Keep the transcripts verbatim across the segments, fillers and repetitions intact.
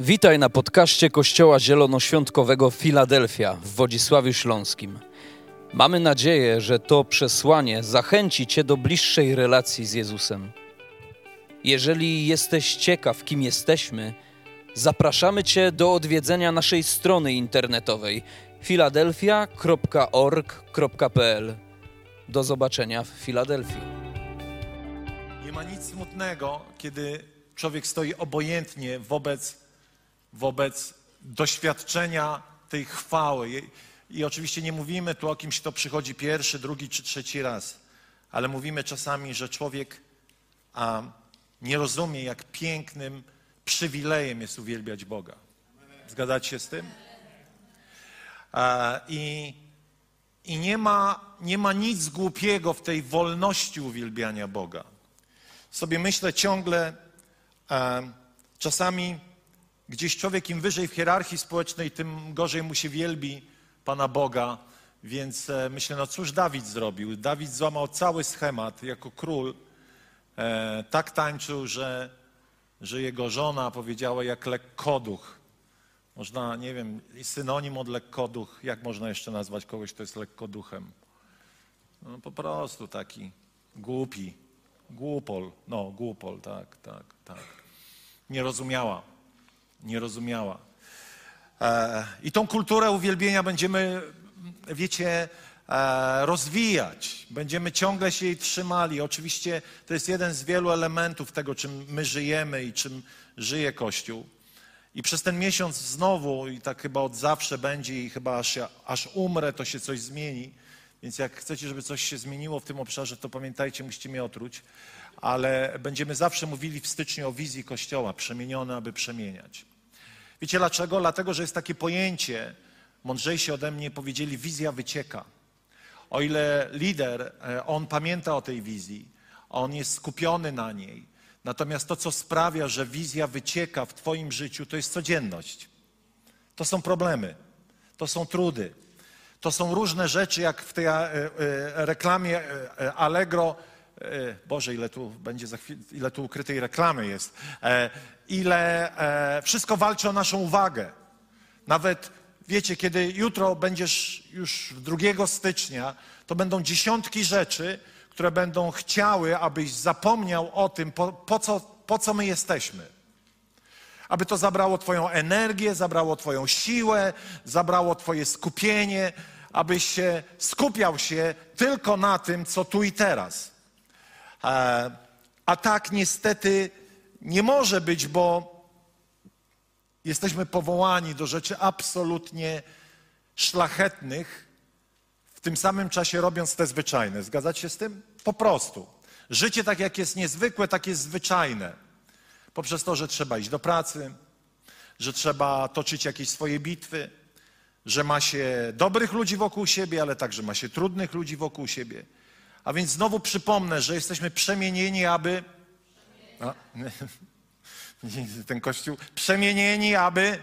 Witaj na podcaście Kościoła Zielonoświątkowego Filadelfia w Wodzisławiu Śląskim. Mamy nadzieję, że to przesłanie zachęci Cię do bliższej relacji z Jezusem. Jeżeli jesteś ciekaw, kim jesteśmy, zapraszamy Cię do odwiedzenia naszej strony internetowej filadelfia kropka org kropka p l. Do zobaczenia w Filadelfii. Nie ma nic smutnego, kiedy człowiek stoi obojętnie wobec, wobec doświadczenia tej chwały. I, I oczywiście nie mówimy tu o kimś, kto przychodzi pierwszy, drugi czy trzeci raz, ale mówimy czasami, że człowiek a, nie rozumie, jak pięknym przywilejem jest uwielbiać Boga. Zgadzacie się z tym? A, I i nie, ma, nie ma nic głupiego w tej wolności uwielbiania Boga. Sobie myślę ciągle, e, czasami gdzieś człowiek im wyżej w hierarchii społecznej, tym gorzej mu się wielbi Pana Boga. Więc e, myślę, no cóż Dawid zrobił? Dawid złamał cały schemat jako król. E, tak tańczył, że, że jego żona powiedziała jak lekkoduch. Można, nie wiem, synonim od lekkoduch, jak można jeszcze nazwać kogoś, kto jest lekkoduchem? No po prostu taki głupi, głupol, no głupol, tak, tak, tak. Nie rozumiała, nie rozumiała. E, I tą kulturę uwielbienia będziemy, wiecie, e, rozwijać. Będziemy ciągle się jej trzymali. Oczywiście to jest jeden z wielu elementów tego, czym my żyjemy i czym żyje Kościół. I przez ten miesiąc znowu, i tak chyba od zawsze będzie, i chyba aż, ja, aż umrę, to się coś zmieni. Więc jak chcecie, żeby coś się zmieniło w tym obszarze, to pamiętajcie, musicie mnie otruć. Ale będziemy zawsze mówili w styczniu o wizji Kościoła, przemieniony, aby przemieniać. Wiecie dlaczego? Dlatego, że jest takie pojęcie, mądrzejsi ode mnie powiedzieli, wizja wycieka. O ile lider, on pamięta o tej wizji, on jest skupiony na niej, natomiast to, co sprawia, że wizja wycieka w twoim życiu, to jest codzienność. To są problemy, to są trudy, to są różne rzeczy, jak w tej reklamie Allegro. Boże, ile tu będzie za chwilę, ile tu ukrytej reklamy jest. Ile wszystko walczy o naszą uwagę. Nawet, wiecie, kiedy jutro będziesz już drugiego stycznia, to będą dziesiątki rzeczy, które będą chciały, abyś zapomniał o tym, po, po, co, po co my jesteśmy. Aby to zabrało twoją energię, zabrało twoją siłę, zabrało twoje skupienie, abyś się skupiał się tylko na tym, co tu i teraz. E, a tak niestety nie może być, bo jesteśmy powołani do rzeczy absolutnie szlachetnych, w tym samym czasie robiąc te zwyczajne. Zgadzacie się z tym? Po prostu. Życie tak jak jest niezwykłe, tak jest zwyczajne. Poprzez to, że trzeba iść do pracy, że trzeba toczyć jakieś swoje bitwy, że ma się dobrych ludzi wokół siebie, ale także ma się trudnych ludzi wokół siebie. A więc znowu przypomnę, że jesteśmy przemienieni, aby... A, ten kościół... Przemienieni, aby...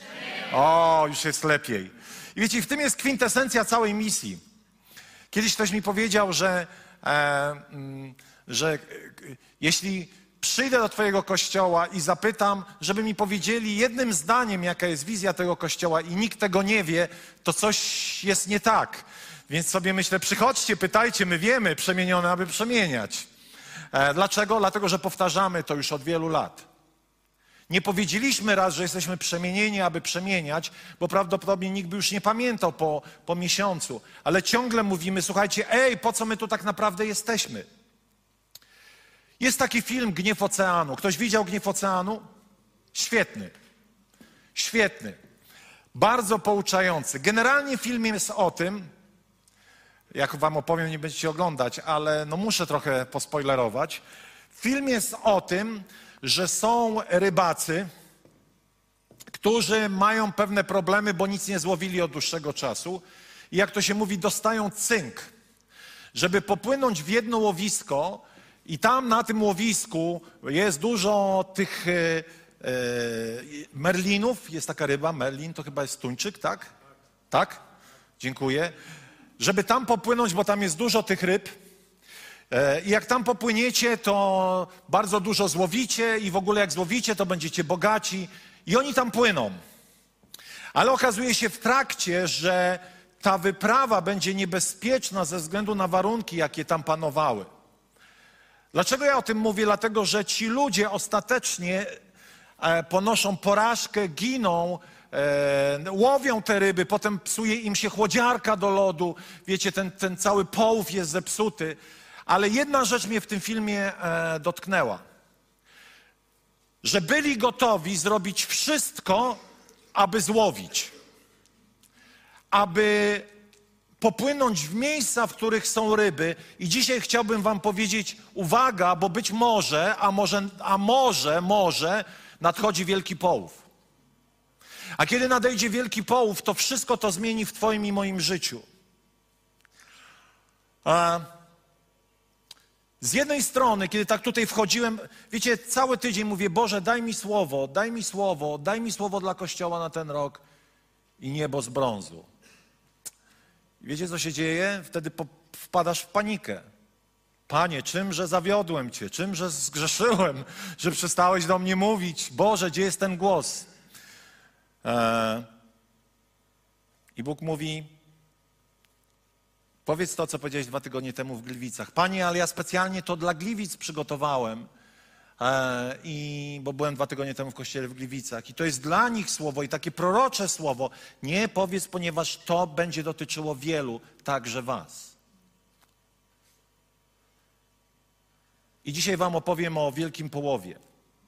O, już jest lepiej. I wiecie, w tym jest kwintesencja całej misji. Kiedyś ktoś mi powiedział, że, e, że e, jeśli przyjdę do twojego kościoła i zapytam, żeby mi powiedzieli jednym zdaniem, jaka jest wizja tego kościoła i nikt tego nie wie, to coś jest nie tak. Więc sobie myślę, przychodźcie, pytajcie, my wiemy, przemienione, aby przemieniać. E, dlaczego? Dlatego, że powtarzamy to już od wielu lat. Nie powiedzieliśmy raz, że jesteśmy przemienieni, aby przemieniać, bo prawdopodobnie nikt by już nie pamiętał po, po miesiącu. Ale ciągle mówimy, słuchajcie, ej, po co my tu tak naprawdę jesteśmy? Jest taki film Gniew Oceanu. Ktoś widział Gniew Oceanu? Świetny. Świetny. Bardzo pouczający. Generalnie film jest o tym, jak wam opowiem, nie będziecie oglądać, ale no muszę trochę pospoilerować. Film jest o tym, że są rybacy, którzy mają pewne problemy, bo nic nie złowili od dłuższego czasu. I jak to się mówi, dostają cynk, żeby popłynąć w jedno łowisko i tam na tym łowisku jest dużo tych e, e, merlinów. Jest taka ryba, merlin, to chyba jest tuńczyk, tak? Tak? Dziękuję. Żeby tam popłynąć, bo tam jest dużo tych ryb. I jak tam popłyniecie, to bardzo dużo złowicie i w ogóle jak złowicie, to będziecie bogaci. I oni tam płyną. Ale okazuje się w trakcie, że ta wyprawa będzie niebezpieczna ze względu na warunki, jakie tam panowały. Dlaczego ja o tym mówię? Dlatego, że ci ludzie ostatecznie ponoszą porażkę, giną, e, łowią te ryby, potem psuje im się chłodziarka do lodu. Wiecie, ten, ten cały połów jest zepsuty. Ale jedna rzecz mnie w tym filmie e, dotknęła. Że byli gotowi zrobić wszystko, aby złowić. Aby popłynąć w miejsca, w których są ryby. I dzisiaj chciałbym wam powiedzieć, uwaga, bo być może, a może, a może, może nadchodzi wielki połów. A kiedy nadejdzie wielki połów, to wszystko to zmieni w twoim i moim życiu. A z jednej strony, kiedy tak tutaj wchodziłem, wiecie, cały tydzień mówię, Boże, daj mi słowo, daj mi słowo, daj mi słowo dla Kościoła na ten rok i niebo z brązu. I wiecie, co się dzieje? Wtedy po, wpadasz w panikę. Panie, czymże zawiodłem Cię, czymże zgrzeszyłem, że przestałeś do mnie mówić. Boże, gdzie jest ten głos? Eee, I Bóg mówi, powiedz to, co powiedziałeś dwa tygodnie temu w Gliwicach. Panie, ale ja specjalnie to dla Gliwic przygotowałem, eee, i, bo byłem dwa tygodnie temu w kościele w Gliwicach. I to jest dla nich słowo i takie prorocze słowo. Nie powiedz, ponieważ to będzie dotyczyło wielu, także was. I dzisiaj wam opowiem o wielkim połowie.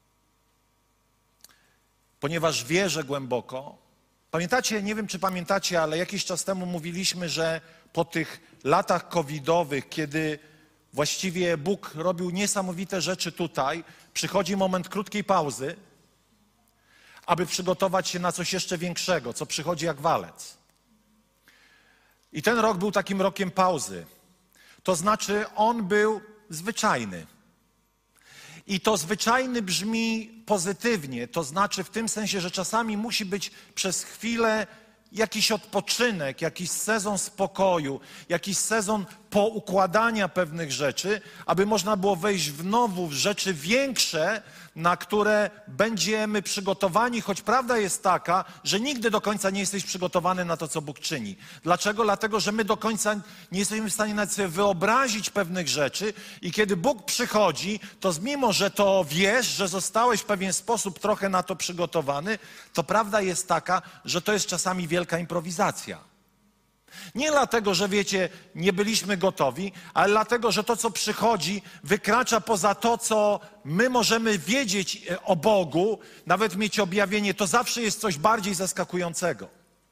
Ponieważ wierzę głęboko. Pamiętacie, nie wiem czy pamiętacie, ale jakiś czas temu mówiliśmy, że po tych latach covidowych, kiedy właściwie Bóg robił niesamowite rzeczy tutaj, przychodzi moment krótkiej pauzy, aby przygotować się na coś jeszcze większego, co przychodzi jak walec. I ten rok był takim rokiem pauzy. To znaczy on był zwyczajny. I to zwyczajny brzmi pozytywnie, to znaczy w tym sensie, że czasami musi być przez chwilę jakiś odpoczynek, jakiś sezon spokoju, jakiś sezon poukładania pewnych rzeczy, aby można było wejść w nowo w rzeczy większe, na które będziemy przygotowani, choć prawda jest taka, że nigdy do końca nie jesteś przygotowany na to, co Bóg czyni. Dlaczego? Dlatego, że my do końca nie jesteśmy w stanie nawet sobie wyobrazić pewnych rzeczy i kiedy Bóg przychodzi, to mimo, że to wiesz, że zostałeś w pewien sposób trochę na to przygotowany, to prawda jest taka, że to jest czasami wielka improwizacja. Nie dlatego, że wiecie, nie byliśmy gotowi, ale dlatego, że to, co przychodzi, wykracza poza to, co my możemy wiedzieć o Bogu, nawet mieć objawienie, to zawsze jest coś bardziej zaskakującego.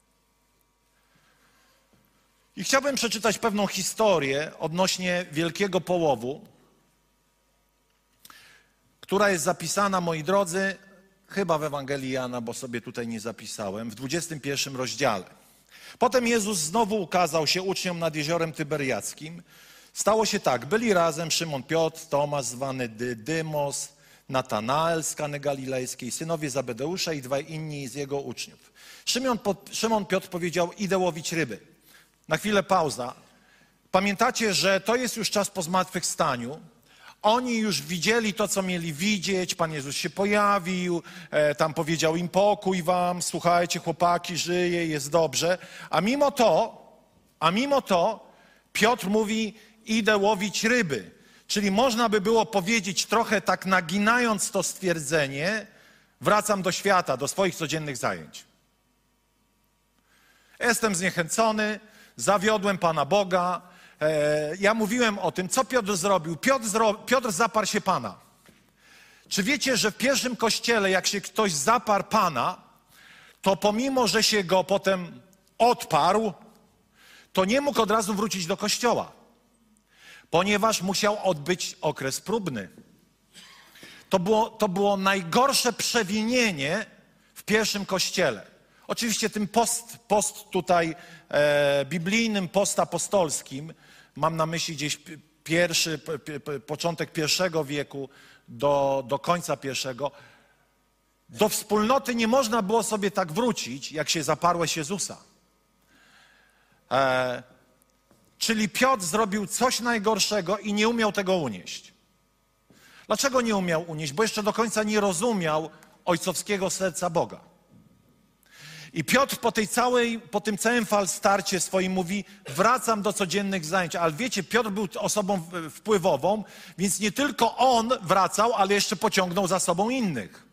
I chciałbym przeczytać pewną historię odnośnie wielkiego połowu, która jest zapisana, moi drodzy, chyba w Ewangelii Jana, bo sobie tutaj nie zapisałem, w dwudziestym pierwszym rozdziale. Potem Jezus znowu ukazał się uczniom nad jeziorem Tyberiackim. Stało się tak, byli razem Szymon Piotr, Tomasz zwany Dydymos, Natanael z Kany Galilejskiej, synowie Zabedeusza i dwaj inni z jego uczniów. Szymon, Szymon Piotr powiedział, idę łowić ryby. Na chwilę pauza. Pamiętacie, że to jest już czas po zmartwychwstaniu. Oni już widzieli to, co mieli widzieć. Pan Jezus się pojawił, e, tam powiedział im pokój wam, słuchajcie, chłopaki, żyje, jest dobrze. A mimo to, a mimo to Piotr mówi, idę łowić ryby. Czyli można by było powiedzieć, trochę tak naginając to stwierdzenie, wracam do świata, do swoich codziennych zajęć. Jestem zniechęcony, zawiodłem Pana Boga. Ja mówiłem o tym, co Piotr zrobił. Piotr, zro... Piotr zaparł się Pana. Czy wiecie, że w pierwszym kościele, jak się ktoś zaparł Pana, to pomimo, że się go potem odparł, to nie mógł od razu wrócić do kościoła, ponieważ musiał odbyć okres próbny. To było, to było najgorsze przewinienie w pierwszym kościele. Oczywiście tym post, post tutaj e, biblijnym, postapostolskim, mam na myśli gdzieś pierwszy, p, p, początek pierwszego wieku do, do końca pierwszego, do wspólnoty nie można było sobie tak wrócić, jak się zaparłeś Jezusa. E, Czyli Piotr zrobił coś najgorszego i nie umiał tego unieść. Dlaczego nie umiał unieść? Bo jeszcze do końca nie rozumiał ojcowskiego serca Boga. I Piotr po, tej całej, po tym całym falstarcie swoim mówi, wracam do codziennych zajęć. Ale wiecie, Piotr był osobą wpływową, więc nie tylko on wracał, ale jeszcze pociągnął za sobą innych.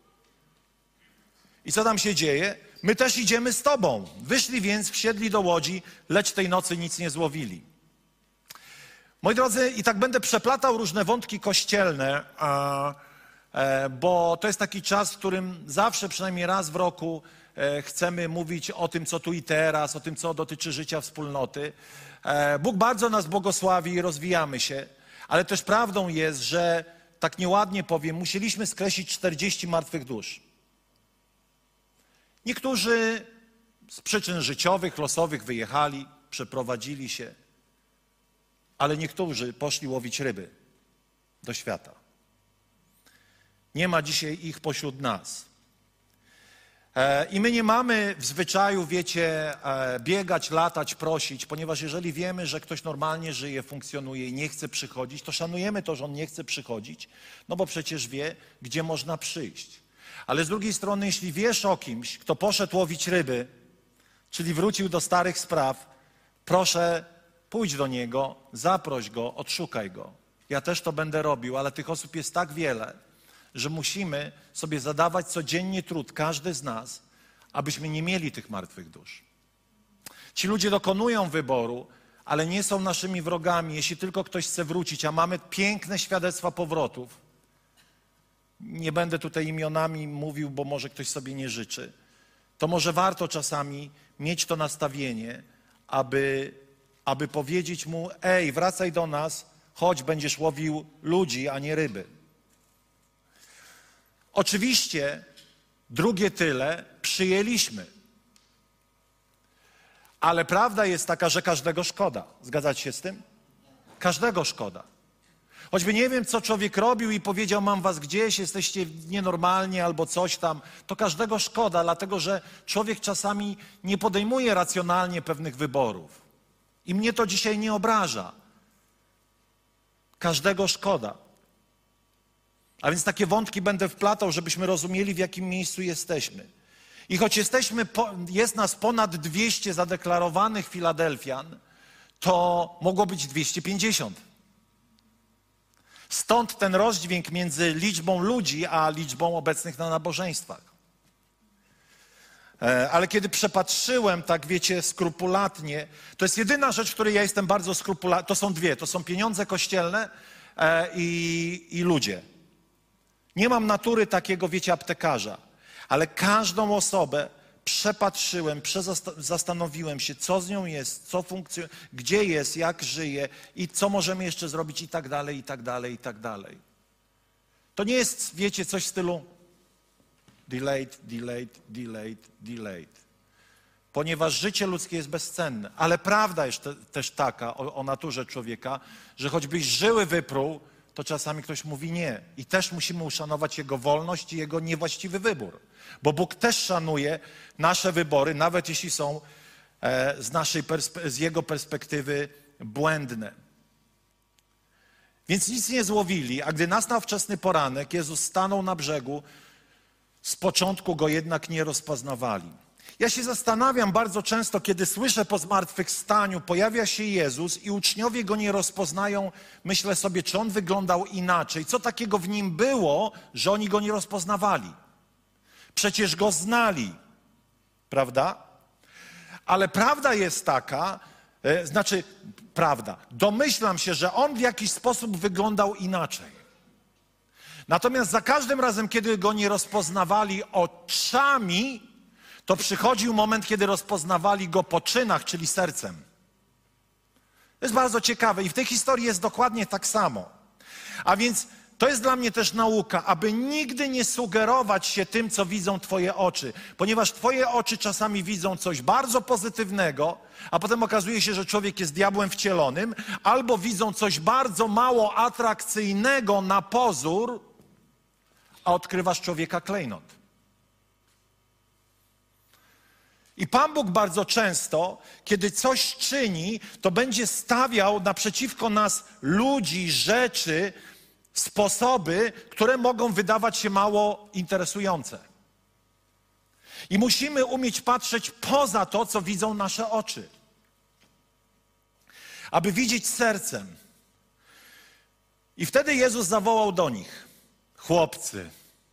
I co tam się dzieje? My też idziemy z tobą. Wyszli więc, wsiedli do łodzi, lecz tej nocy nic nie złowili. Moi drodzy, i tak będę przeplatał różne wątki kościelne, a, e, bo to jest taki czas, w którym zawsze, przynajmniej raz w roku, e, chcemy mówić o tym, co tu i teraz, o tym, co dotyczy życia wspólnoty. E, Bóg bardzo nas błogosławi i rozwijamy się, ale też prawdą jest, że, tak nieładnie powiem, musieliśmy skreślić czterdzieści martwych dusz. Niektórzy z przyczyn życiowych, losowych wyjechali, przeprowadzili się, ale niektórzy poszli łowić ryby do świata. Nie ma dzisiaj ich pośród nas. E, I my nie mamy w zwyczaju, wiecie, e, biegać, latać, prosić, ponieważ jeżeli wiemy, że ktoś normalnie żyje, funkcjonuje i nie chce przychodzić, to szanujemy to, że on nie chce przychodzić, no bo przecież wie, gdzie można przyjść. Ale z drugiej strony, jeśli wiesz o kimś, kto poszedł łowić ryby, czyli wrócił do starych spraw, proszę, pójdź do niego, zaproś go, odszukaj go. Ja też to będę robił, ale tych osób jest tak wiele, że musimy sobie zadawać codziennie trud, każdy z nas, abyśmy nie mieli tych martwych dusz. Ci ludzie dokonują wyboru, ale nie są naszymi wrogami. Jeśli tylko ktoś chce wrócić, a mamy piękne świadectwa powrotów, nie będę tutaj imionami mówił, bo może ktoś sobie nie życzy, to może warto czasami mieć to nastawienie, aby, aby powiedzieć mu, ej, wracaj do nas, chodź, będziesz łowił ludzi, a nie ryby. Oczywiście drugie tyle przyjęliśmy, ale prawda jest taka, że każdego szkoda. Zgadzacie się z tym? Każdego szkoda. Choćby nie wiem, co człowiek robił i powiedział, mam was gdzieś, jesteście nienormalni albo coś tam, to każdego szkoda, dlatego że człowiek czasami nie podejmuje racjonalnie pewnych wyborów. I mnie to dzisiaj nie obraża. Każdego szkoda. A więc takie wątki będę wplatał, żebyśmy rozumieli, w jakim miejscu jesteśmy. I choć jesteśmy, jest nas ponad dwieście zadeklarowanych Filadelfian, to mogło być dwieście pięćdziesiąt. Stąd ten rozdźwięk między liczbą ludzi, a liczbą obecnych na nabożeństwach. Ale kiedy przepatrzyłem, tak wiecie, skrupulatnie, to jest jedyna rzecz, w której ja jestem bardzo skrupulatny, to są dwie, to są pieniądze kościelne i, i ludzie. Nie mam natury takiego, wiecie, aptekarza, ale każdą osobę przepatrzyłem, zastanowiłem się, co z nią jest, co funkcjonuje, gdzie jest, jak żyje i co możemy jeszcze zrobić i tak dalej, i tak dalej, i tak dalej. To nie jest, wiecie, coś w stylu delayed, delayed, delayed, delayed. Ponieważ życie ludzkie jest bezcenne. Ale prawda jest te, też taka o, o naturze człowieka, że choćbyś żyły wypruł, to czasami ktoś mówi nie. I też musimy uszanować jego wolność i jego niewłaściwy wybór. Bo Bóg też szanuje nasze wybory, nawet jeśli są e, z, naszej z Jego perspektywy błędne. Więc nic nie złowili, a gdy nastał wczesny poranek, Jezus stanął na brzegu, z początku Go jednak nie rozpoznawali. Ja się zastanawiam bardzo często, kiedy słyszę po zmartwychwstaniu, pojawia się Jezus i uczniowie Go nie rozpoznają, myślę sobie, czy On wyglądał inaczej, co takiego w Nim było, że oni Go nie rozpoznawali. Przecież Go znali, prawda? Ale prawda jest taka, e, znaczy, prawda, domyślam się, że On w jakiś sposób wyglądał inaczej. Natomiast za każdym razem, kiedy Go nie rozpoznawali oczami, to przychodził moment, kiedy rozpoznawali Go po czynach, czyli sercem. To jest bardzo ciekawe i w tej historii jest dokładnie tak samo. A więc to jest dla mnie też nauka, aby nigdy nie sugerować się tym, co widzą Twoje oczy. Ponieważ Twoje oczy czasami widzą coś bardzo pozytywnego, a potem okazuje się, że człowiek jest diabłem wcielonym, albo widzą coś bardzo mało atrakcyjnego na pozór, a odkrywasz człowieka klejnot. I Pan Bóg bardzo często, kiedy coś czyni, to będzie stawiał naprzeciwko nas ludzi, rzeczy, sposoby, które mogą wydawać się mało interesujące. I musimy umieć patrzeć poza to, co widzą nasze oczy. Aby widzieć sercem. I wtedy Jezus zawołał do nich: chłopcy.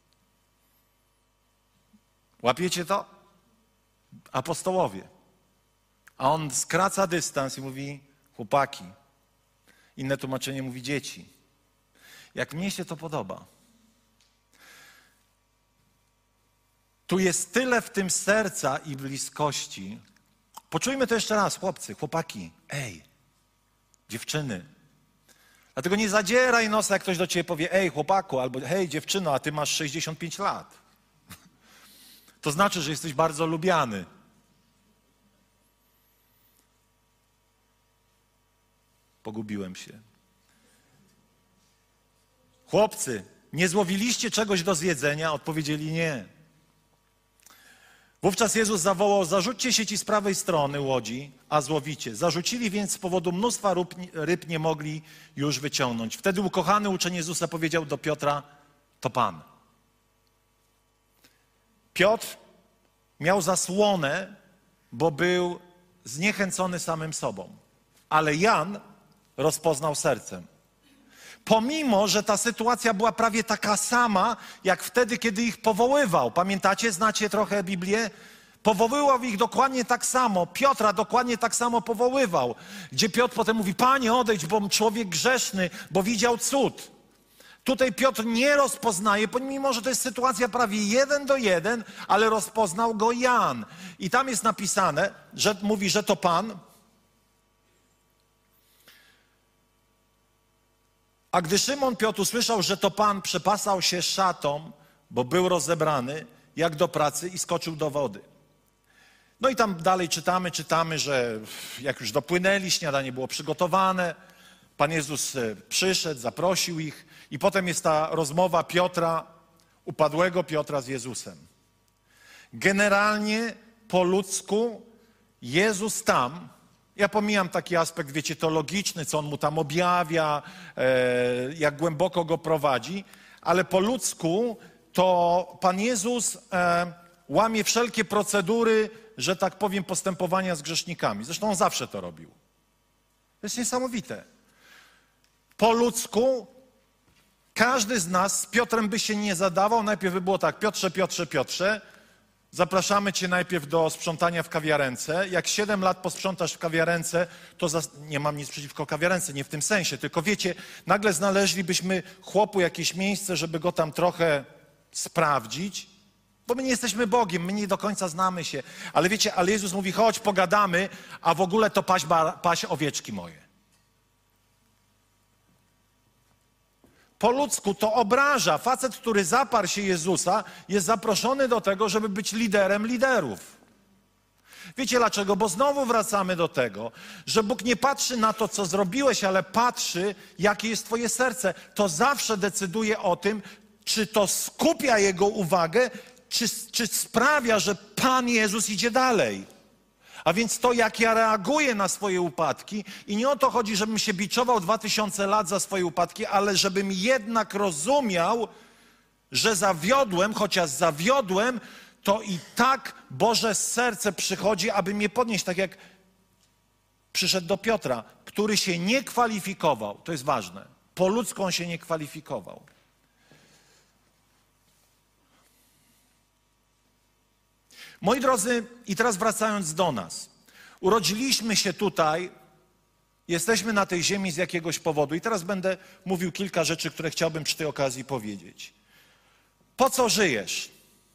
Łapiecie to? Apostołowie. A on skraca dystans i mówi: chłopaki. Inne tłumaczenie mówi: dzieci. Jak mnie się to podoba. Tu jest tyle w tym serca i bliskości. Poczujmy to jeszcze raz, chłopcy, chłopaki. Ej, dziewczyny. Dlatego nie zadzieraj nosa, jak ktoś do ciebie powie: ej, chłopaku, albo hej, dziewczyno, a ty masz sześćdziesiąt pięć lat. To znaczy, że jesteś bardzo lubiany. Pogubiłem się. Chłopcy, nie złowiliście czegoś do zjedzenia? Odpowiedzieli: nie. Wówczas Jezus zawołał: zarzućcie sieci z prawej strony łodzi, a złowicie. Zarzucili więc, z powodu mnóstwa ryb, ryb nie mogli już wyciągnąć. Wtedy ukochany uczeń Jezusa powiedział do Piotra: to Pan. Piotr miał zasłonę, bo był zniechęcony samym sobą. Ale Jan rozpoznał sercem. Pomimo, że ta sytuacja była prawie taka sama, jak wtedy, kiedy ich powoływał. Pamiętacie? Znacie trochę Biblię? Powoływał ich dokładnie tak samo. Piotra dokładnie tak samo powoływał. Gdzie Piotr potem mówi: Panie, odejdź, bo człowiek grzeszny, bo widział cud. Tutaj Piotr nie rozpoznaje, pomimo, że to jest sytuacja prawie jeden do jeden, ale rozpoznał go Jan. I tam jest napisane, że mówi, że to Pan. A gdy Szymon Piotr usłyszał, że to Pan, przepasał się szatą, bo był rozebrany, jak do pracy, i skoczył do wody. No i tam dalej czytamy, czytamy, że jak już dopłynęli, śniadanie było przygotowane, Pan Jezus przyszedł, zaprosił ich i potem jest ta rozmowa Piotra, upadłego Piotra z Jezusem. Generalnie po ludzku Jezus tam, ja pomijam taki aspekt, wiecie, teologiczny, co On mu tam objawia, e, jak głęboko go prowadzi, ale po ludzku to Pan Jezus e, łamie wszelkie procedury, że tak powiem, postępowania z grzesznikami. Zresztą On zawsze to robił. To jest niesamowite. Po ludzku każdy z nas z Piotrem by się nie zadawał. Najpierw by było tak: Piotrze, Piotrze, Piotrze, zapraszamy cię najpierw do sprzątania w kawiarence. Jak siedem lat posprzątasz w kawiarence, to za... nie mam nic przeciwko kawiarence, nie w tym sensie, tylko wiecie, nagle znaleźlibyśmy chłopu jakieś miejsce, żeby go tam trochę sprawdzić, bo my nie jesteśmy Bogiem, my nie do końca znamy się. Ale wiecie, ale Jezus mówi: chodź, pogadamy, a w ogóle to paś, paś owieczki moje. Po ludzku to obraża. Facet, który zaparł się Jezusa, jest zaproszony do tego, żeby być liderem liderów. Wiecie dlaczego? Bo znowu wracamy do tego, że Bóg nie patrzy na to, co zrobiłeś, ale patrzy, jakie jest twoje serce. To zawsze decyduje o tym, czy to skupia Jego uwagę, czy, czy sprawia, że Pan Jezus idzie dalej. A więc to, jak ja reaguję na swoje upadki, i nie o to chodzi, żebym się biczował dwa tysiące lat za swoje upadki, ale żebym jednak rozumiał, że zawiodłem, chociaż zawiodłem, to i tak Boże serce przychodzi, aby mnie podnieść, tak jak przyszedł do Piotra, który się nie kwalifikował. To jest ważne. Po ludzku on się nie kwalifikował. Moi drodzy, i teraz wracając do nas. Urodziliśmy się tutaj, jesteśmy na tej ziemi z jakiegoś powodu. I teraz będę mówił kilka rzeczy, które chciałbym przy tej okazji powiedzieć. Po co żyjesz?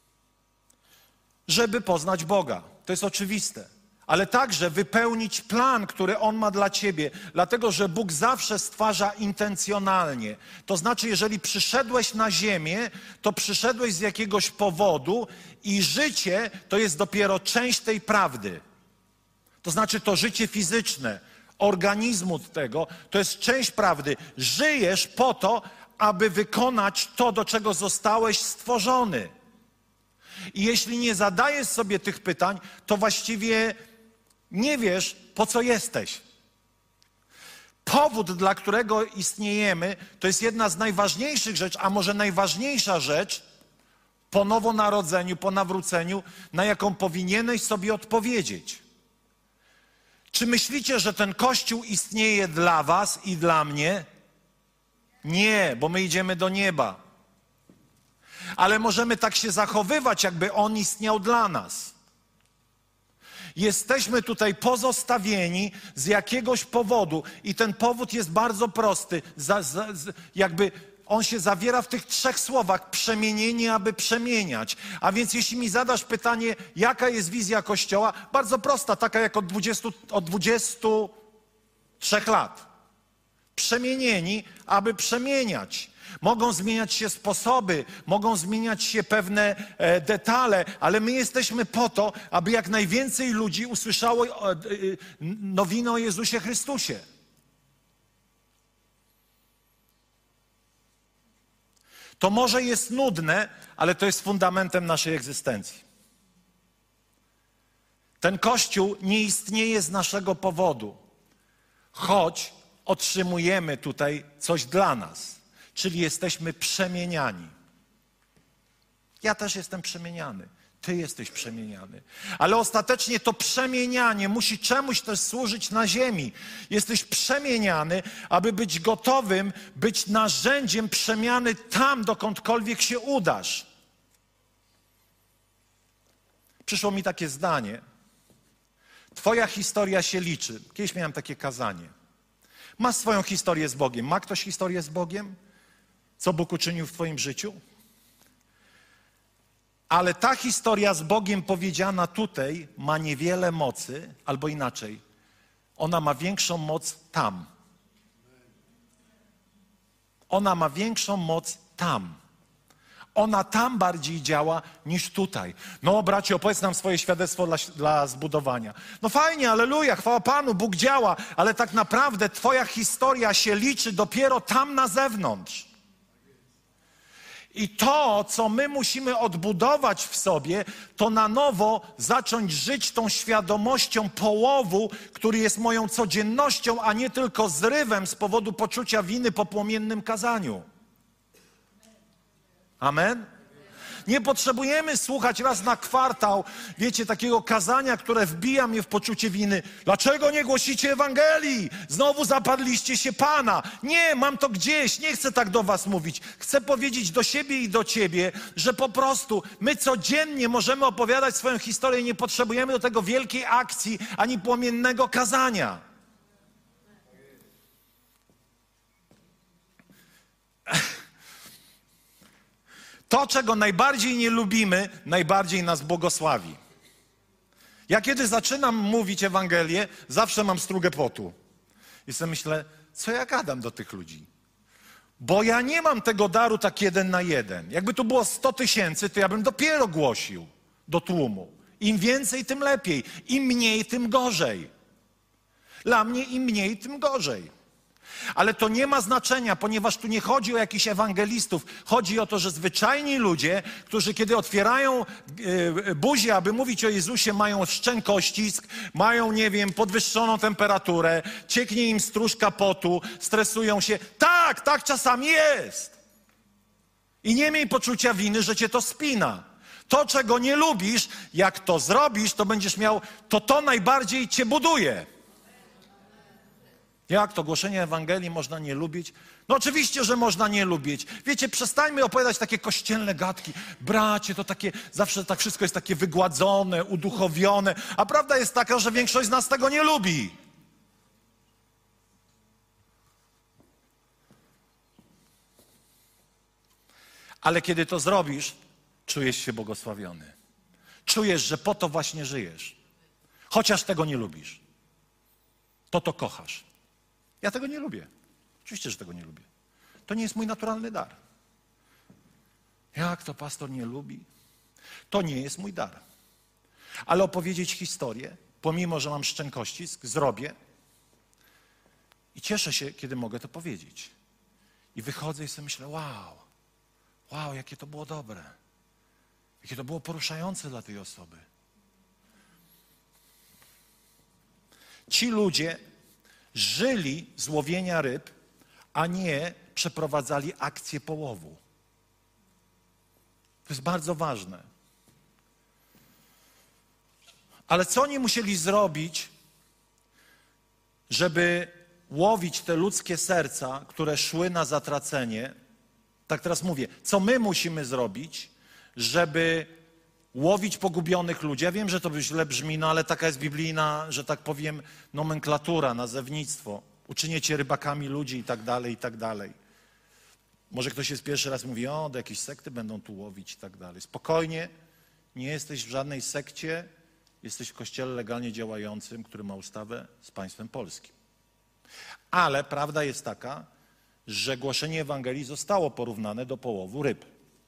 Żeby poznać Boga. To jest oczywiste. Ale także wypełnić plan, który On ma dla ciebie. Dlatego, że Bóg zawsze stwarza intencjonalnie. To znaczy, jeżeli przyszedłeś na ziemię, to przyszedłeś z jakiegoś powodu i życie to jest dopiero część tej prawdy. To znaczy to życie fizyczne, organizmu tego, to jest część prawdy. Żyjesz po to, aby wykonać to, do czego zostałeś stworzony. I jeśli nie zadajesz sobie tych pytań, to właściwie nie wiesz, po co jesteś. Powód, dla którego istniejemy, to jest jedna z najważniejszych rzeczy, a może najważniejsza rzecz po nowonarodzeniu, po nawróceniu, na jaką powinieneś sobie odpowiedzieć. Czy myślicie, że ten Kościół istnieje dla was i dla mnie? Nie, bo my idziemy do nieba. Ale możemy tak się zachowywać, jakby on istniał dla nas. Jesteśmy tutaj pozostawieni z jakiegoś powodu i ten powód jest bardzo prosty. Za, za, jakby on się zawiera w tych trzech słowach: przemienienie, aby przemieniać. A więc jeśli mi zadasz pytanie, jaka jest wizja Kościoła, bardzo prosta, taka jak od dwudziestu, od dwudziestu trzech lat. Przemienieni, aby przemieniać. Mogą zmieniać się sposoby, mogą zmieniać się pewne e, detale, ale my jesteśmy po to, aby jak najwięcej ludzi usłyszało e, e, nowinę o Jezusie Chrystusie. To może jest nudne, ale to jest fundamentem naszej egzystencji. Ten Kościół nie istnieje z naszego powodu, choć otrzymujemy tutaj coś dla nas. Czyli jesteśmy przemieniani. Ja też jestem przemieniany. Ty jesteś przemieniany. Ale ostatecznie to przemienianie musi czemuś też służyć na ziemi. Jesteś przemieniany, aby być gotowym, być narzędziem przemiany tam, dokądkolwiek się udasz. Przyszło mi takie zdanie. Twoja historia się liczy. Kiedyś miałem takie kazanie. Masz swoją historię z Bogiem. Ma ktoś historię z Bogiem? Co Bóg uczynił w twoim życiu? Ale ta historia z Bogiem powiedziana tutaj ma niewiele mocy, albo inaczej, ona ma większą moc tam. Ona ma większą moc tam. Ona tam bardziej działa niż tutaj. No bracie, opowiedz nam swoje świadectwo dla, dla zbudowania. No fajnie, alleluja, chwała Panu, Bóg działa, ale tak naprawdę twoja historia się liczy dopiero tam na zewnątrz. I to, co my musimy odbudować w sobie, to na nowo zacząć żyć tą świadomością połowu, który jest moją codziennością, a nie tylko zrywem z powodu poczucia winy po płomiennym kazaniu. Amen? Nie potrzebujemy słuchać raz na kwartał, wiecie, takiego kazania, które wbija mnie w poczucie winy. Dlaczego nie głosicie Ewangelii? Znowu zapadliście się Pana. Nie, mam to gdzieś, nie chcę tak do was mówić. Chcę powiedzieć do siebie i do ciebie, że po prostu my codziennie możemy opowiadać swoją historię i nie potrzebujemy do tego wielkiej akcji ani płomiennego kazania. To, czego najbardziej nie lubimy, najbardziej nas błogosławi. Ja kiedy zaczynam mówić Ewangelię, zawsze mam strugę potu. I sobie myślę, co ja gadam do tych ludzi? Bo ja nie mam tego daru tak jeden na jeden. Jakby tu było sto tysięcy, to ja bym dopiero głosił do tłumu. Im więcej, tym lepiej. Im mniej, tym gorzej. Dla mnie im mniej, tym gorzej. Ale to nie ma znaczenia, ponieważ tu nie chodzi o jakichś ewangelistów. Chodzi o to, że zwyczajni ludzie, którzy kiedy otwierają e, buzię, aby mówić o Jezusie, mają szczękościsk, mają, nie wiem, podwyższoną temperaturę, cieknie im stróżka potu, stresują się. Tak, tak czasami jest. I nie miej poczucia winy, że cię to spina. To, czego nie lubisz, jak to zrobisz, to będziesz miał, to to najbardziej cię buduje. Jak to głoszenie Ewangelii można nie lubić? No oczywiście, że można nie lubić. Wiecie, przestańmy opowiadać takie kościelne gadki. Bracie, to takie, zawsze tak wszystko jest takie wygładzone, uduchowione. A prawda jest taka, że większość z nas tego nie lubi. Ale kiedy to zrobisz, czujesz się błogosławiony. Czujesz, że po to właśnie żyjesz. Chociaż tego nie lubisz. To to kochasz. Ja tego nie lubię. Oczywiście, że tego nie lubię. To nie jest mój naturalny dar. Jak to pastor nie lubi? To nie jest mój dar. Ale opowiedzieć historię, pomimo że mam szczękościsk, zrobię i cieszę się, kiedy mogę to powiedzieć. I wychodzę i sobie myślę, wow, wow, jakie to było dobre. Jakie to było poruszające dla tej osoby. Ci ludzie żyli z łowienia ryb, a nie przeprowadzali akcję połowu. To jest bardzo ważne. Ale co oni musieli zrobić, żeby łowić te ludzkie serca, które szły na zatracenie? Tak teraz mówię, co my musimy zrobić, żeby łowić pogubionych ludzi? Ja wiem, że to źle brzmi, no ale taka jest biblijna, że tak powiem, nomenklatura, nazewnictwo. Uczyniecie rybakami ludzi i tak dalej, i tak dalej. Może ktoś jest pierwszy raz mówi, o, do jakiejś sekty będą tu łowić i tak dalej. Spokojnie, nie jesteś w żadnej sekcie, jesteś w kościele legalnie działającym, który ma ustawę z państwem polskim. Ale prawda jest taka, że głoszenie Ewangelii zostało porównane do połowu ryb.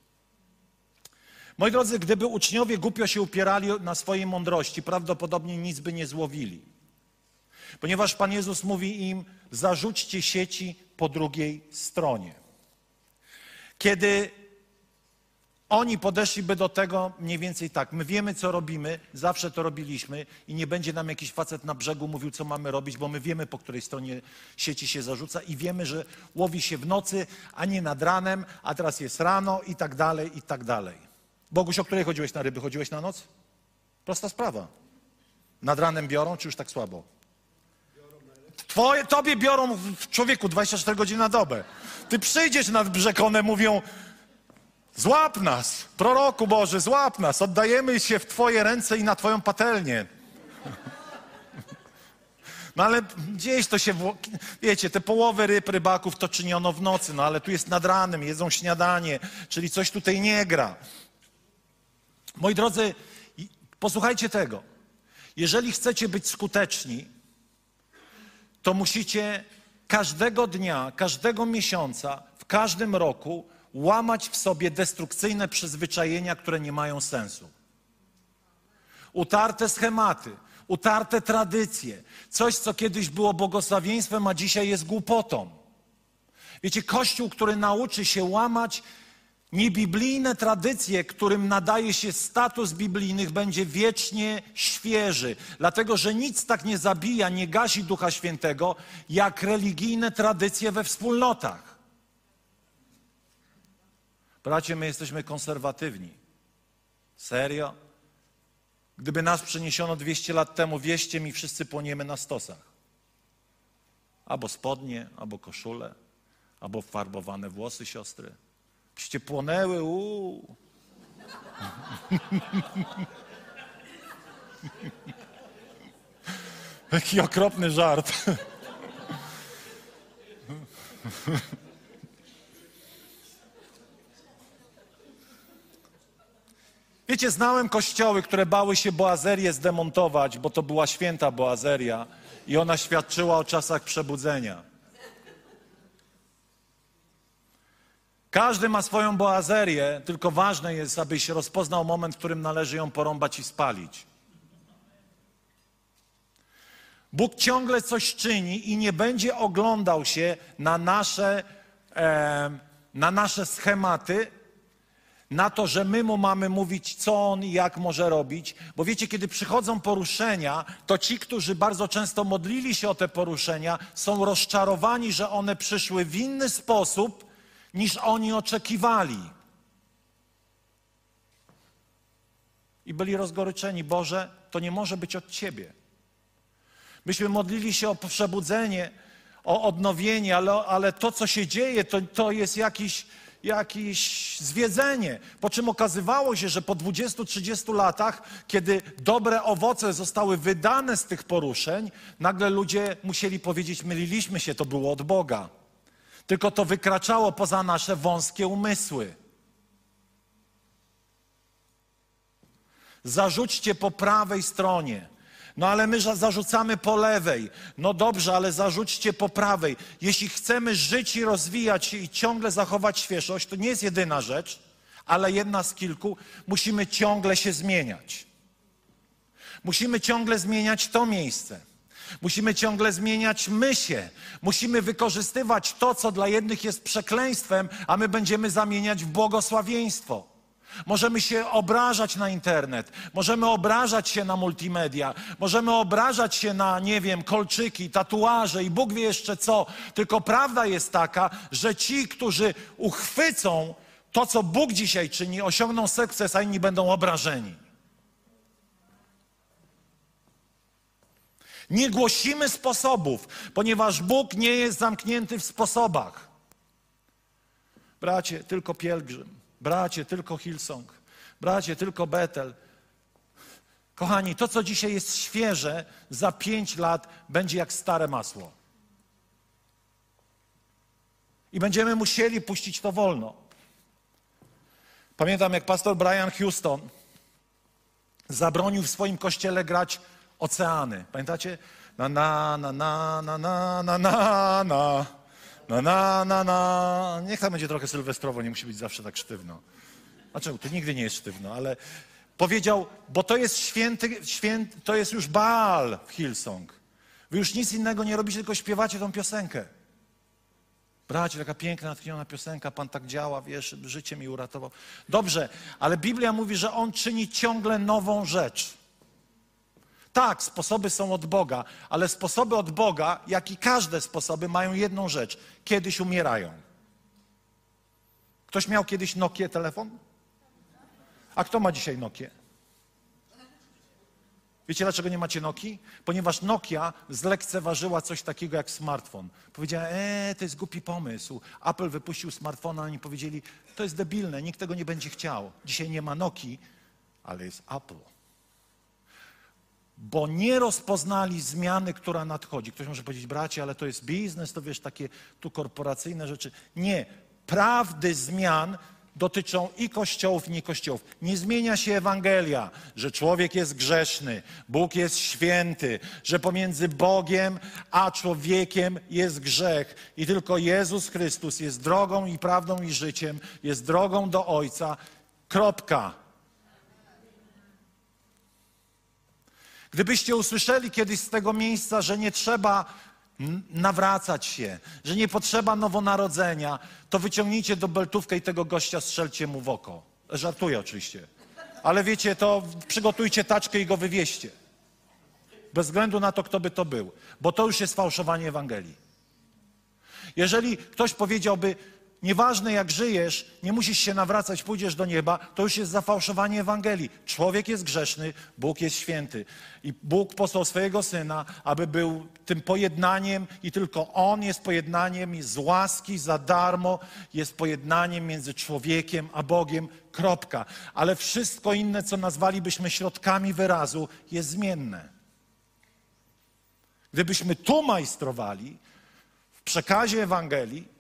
Moi drodzy, gdyby uczniowie głupio się upierali na swojej mądrości, prawdopodobnie nic by nie złowili. Ponieważ Pan Jezus mówi im, zarzućcie sieci po drugiej stronie. Kiedy oni podeszliby do tego mniej więcej tak, my wiemy, co robimy, zawsze to robiliśmy i nie będzie nam jakiś facet na brzegu mówił, co mamy robić, bo my wiemy, po której stronie sieci się zarzuca i wiemy, że łowi się w nocy, a nie nad ranem, a teraz jest rano i tak dalej, i tak dalej. Boguś, o której chodziłeś na ryby? Chodziłeś na noc? Prosta sprawa. Nad ranem biorą, czy już tak słabo? Twoje, tobie biorą w człowieku dwadzieścia cztery godziny na dobę. Ty przyjdziesz nad brzeg, one mówią, złap nas, proroku Boży, złap nas, oddajemy się w Twoje ręce i na Twoją patelnię. No ale gdzieś to się, wiecie, te połowy ryb, rybaków to czyniono w nocy, no ale tu jest nad ranem, jedzą śniadanie, czyli coś tutaj nie gra. Moi drodzy, posłuchajcie tego. Jeżeli chcecie być skuteczni, to musicie każdego dnia, każdego miesiąca, w każdym roku łamać w sobie destrukcyjne przyzwyczajenia, które nie mają sensu. Utarte schematy, utarte tradycje, coś, co kiedyś było błogosławieństwem, a dzisiaj jest głupotą. Wiecie, Kościół, który nauczy się łamać niebiblijne tradycje, którym nadaje się status biblijnych, będzie wiecznie świeży. Dlatego, że nic tak nie zabija, nie gasi Ducha Świętego, jak religijne tradycje we wspólnotach. Bracie, my jesteśmy konserwatywni. Serio? Gdyby nas przeniesiono dwieście lat temu, wierzcie mi, wszyscy płoniemy na stosach. Albo spodnie, albo koszule, albo farbowane włosy siostry. Byście płonęły, uuu. Jaki okropny żart. Wiecie, znałem kościoły, które bały się Boazerię zdemontować, bo to była święta Boazeria i ona świadczyła o czasach przebudzenia. Każdy ma swoją Boazerię, tylko ważne jest, abyś rozpoznał moment, w którym należy ją porąbać i spalić. Bóg ciągle coś czyni i nie będzie oglądał się na nasze, e, na nasze schematy, na to, że my mu mamy mówić, co on i jak może robić. Bo wiecie, kiedy przychodzą poruszenia, to ci, którzy bardzo często modlili się o te poruszenia, są rozczarowani, że one przyszły w inny sposób, niż oni oczekiwali. I byli rozgoryczeni. Boże, to nie może być od Ciebie. Myśmy modlili się o przebudzenie, o odnowienie, ale, ale to, co się dzieje, to, to jest jakiś, jakieś zwiedzenie. Po czym okazywało się, że po dwudziestu trzydziestu latach, kiedy dobre owoce zostały wydane z tych poruszeń, nagle ludzie musieli powiedzieć, myliliśmy się, to było od Boga. Tylko to wykraczało poza nasze wąskie umysły. Zarzućcie po prawej stronie. No ale my zarzucamy po lewej. No dobrze, ale zarzućcie po prawej. Jeśli chcemy żyć i rozwijać się i ciągle zachować świeżość, to nie jest jedyna rzecz, ale jedna z kilku, musimy ciągle się zmieniać. Musimy ciągle zmieniać to miejsce. Musimy ciągle zmieniać my się. Musimy wykorzystywać to, co dla jednych jest przekleństwem, a my będziemy zamieniać w błogosławieństwo. Możemy się obrażać na internet, możemy obrażać się na multimedia, możemy obrażać się na, nie wiem, kolczyki, tatuaże i Bóg wie jeszcze co. Tylko prawda jest taka, że ci, którzy uchwycą to, co Bóg dzisiaj czyni, osiągną sukces, a inni będą obrażeni. Nie głosimy sposobów, ponieważ Bóg nie jest zamknięty w sposobach. Bracie, tylko pielgrzym. Bracie, tylko Hillsong. Bracie, tylko Betel. Kochani, to, co dzisiaj jest świeże, za pięć lat będzie jak stare masło. I będziemy musieli puścić to wolno. Pamiętam, jak pastor Brian Houston zabronił w swoim kościele grać Oceany. Pamiętacie? Na na na na na na na na na na na na na. Niech tam będzie trochę sylwestrowo, nie musi być zawsze tak sztywno. Znaczy, to nigdy nie jest sztywno, ale powiedział, bo to jest święty, święty, to jest już Baal w Hillsong. Wy już nic innego nie robicie, tylko śpiewacie tą piosenkę. Bracie, taka piękna, natchniona piosenka, Pan tak działa, wiesz, życie mi uratował. Dobrze, ale Biblia mówi, że On czyni ciągle nową rzecz. Tak, sposoby są od Boga, ale sposoby od Boga, jak i każde sposoby, mają jedną rzecz. Kiedyś umierają. Ktoś miał kiedyś Nokię telefon? A kto ma dzisiaj Nokię? Wiecie, dlaczego nie macie Nokii? Ponieważ Nokia zlekceważyła coś takiego jak smartfon. Powiedziała, eee, to jest głupi pomysł. Apple wypuścił smartfona, a oni powiedzieli, to jest debilne, nikt tego nie będzie chciał. Dzisiaj nie ma Nokii, ale jest Apple. Bo nie rozpoznali zmiany, która nadchodzi. Ktoś może powiedzieć, bracie, ale to jest biznes, to wiesz, takie tu korporacyjne rzeczy. Nie. Prawdy zmian dotyczą i kościołów, i nie kościołów. Nie zmienia się Ewangelia, że człowiek jest grzeszny, Bóg jest święty, że pomiędzy Bogiem a człowiekiem jest grzech i tylko Jezus Chrystus jest drogą i prawdą i życiem, jest drogą do Ojca. Kropka. Gdybyście usłyszeli kiedyś z tego miejsca, że nie trzeba nawracać się, że nie potrzeba nowonarodzenia, to wyciągnijcie dobeltówkę i tego gościa strzelcie mu w oko. Żartuję oczywiście. Ale wiecie, to przygotujcie taczkę i go wywieźcie. Bez względu na to, kto by to był. Bo to już jest fałszowanie Ewangelii. Jeżeli ktoś powiedziałby, nieważne jak żyjesz, nie musisz się nawracać, pójdziesz do nieba, to już jest zafałszowanie Ewangelii. Człowiek jest grzeszny, Bóg jest święty. I Bóg posłał swojego Syna, aby był tym pojednaniem i tylko On jest pojednaniem z łaski, za darmo, jest pojednaniem między człowiekiem a Bogiem, kropka. Ale wszystko inne, co nazwalibyśmy środkami wyrazu, jest zmienne. Gdybyśmy tu majstrowali w przekazie Ewangelii,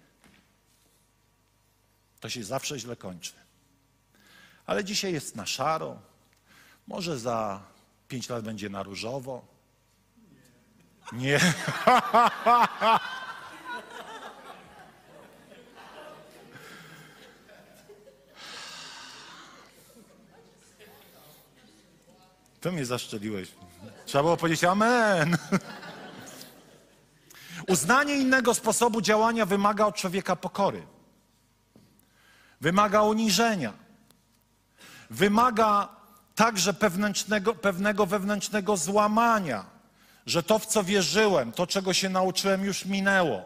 to się zawsze źle kończy. Ale dzisiaj jest na szaro. Może za pięć lat będzie na różowo. Nie. To mnie zaszczeliłeś. Trzeba było powiedzieć amen. Uznanie innego sposobu działania wymaga od człowieka pokory. Wymaga uniżenia. Wymaga także pewnego, pewnego wewnętrznego złamania, że to, w co wierzyłem, to, czego się nauczyłem, już minęło.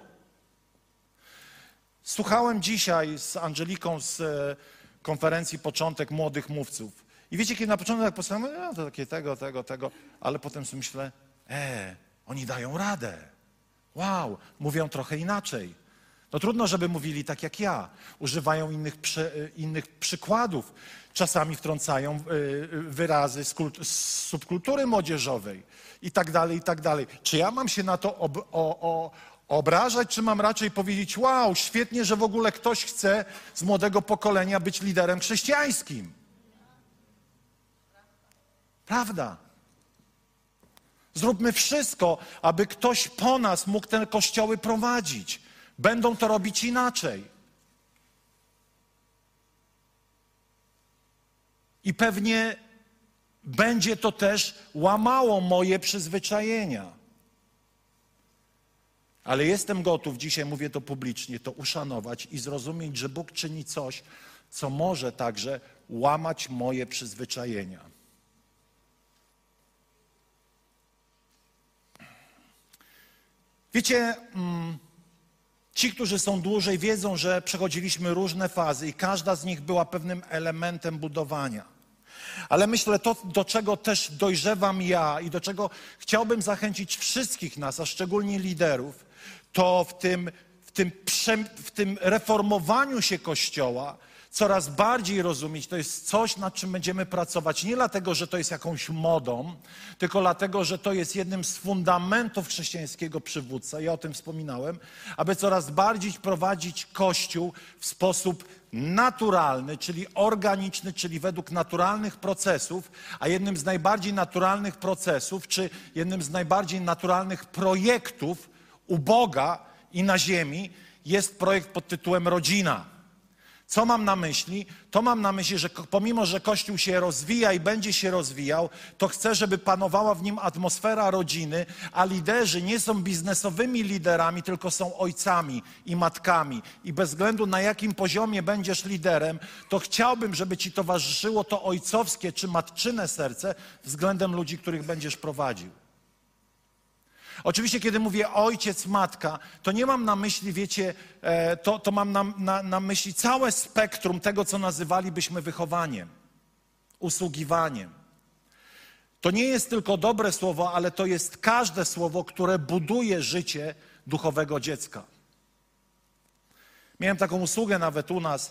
Słuchałem dzisiaj z Angeliką z konferencji Początek Młodych Mówców. I wiecie, kiedy na początku tak posłuchałem, no to takie tego, tego, tego, ale potem sobie myślę, e, oni dają radę. Wow, mówią trochę inaczej. No trudno, żeby mówili tak jak ja. Używają innych, przy, innych przykładów. Czasami wtrącają wyrazy z, kult, z subkultury młodzieżowej i tak dalej, i tak dalej. Czy ja mam się na to ob, o, o, obrażać, czy mam raczej powiedzieć, wow, świetnie, że w ogóle ktoś chce z młodego pokolenia być liderem chrześcijańskim. Prawda. Zróbmy wszystko, aby ktoś po nas mógł te kościoły prowadzić. Będą to robić inaczej. I pewnie będzie to też łamało moje przyzwyczajenia. Ale jestem gotów, dzisiaj mówię to publicznie, to uszanować i zrozumieć, że Bóg czyni coś, co może także łamać moje przyzwyczajenia. Wiecie, ci, którzy są dłużej, wiedzą, że przechodziliśmy różne fazy i każda z nich była pewnym elementem budowania. Ale myślę, to, do czego też dojrzewam ja i do czego chciałbym zachęcić wszystkich nas, a szczególnie liderów, to w tym, w tym, prze, w tym reformowaniu się Kościoła coraz bardziej rozumieć, to jest coś, nad czym będziemy pracować. Nie dlatego, że to jest jakąś modą, tylko dlatego, że to jest jednym z fundamentów chrześcijańskiego przywódca. Ja o tym wspominałem, aby coraz bardziej prowadzić Kościół w sposób naturalny, czyli organiczny, czyli według naturalnych procesów, a jednym z najbardziej naturalnych procesów, czy jednym z najbardziej naturalnych projektów u Boga i na ziemi jest projekt pod tytułem rodzina. Co mam na myśli? To mam na myśli, że pomimo, że Kościół się rozwija i będzie się rozwijał, to chcę, żeby panowała w nim atmosfera rodziny, a liderzy nie są biznesowymi liderami, tylko są ojcami i matkami. I bez względu na jakim poziomie będziesz liderem, to chciałbym, żeby ci towarzyszyło to ojcowskie czy matczyne serce względem ludzi, których będziesz prowadził. Oczywiście, kiedy mówię ojciec, matka, to nie mam na myśli, wiecie, to, to mam na, na, na myśli całe spektrum tego, co nazywalibyśmy wychowaniem, usługiwaniem. To nie jest tylko dobre słowo, ale to jest każde słowo, które buduje życie duchowego dziecka. Miałem taką usługę nawet u nas.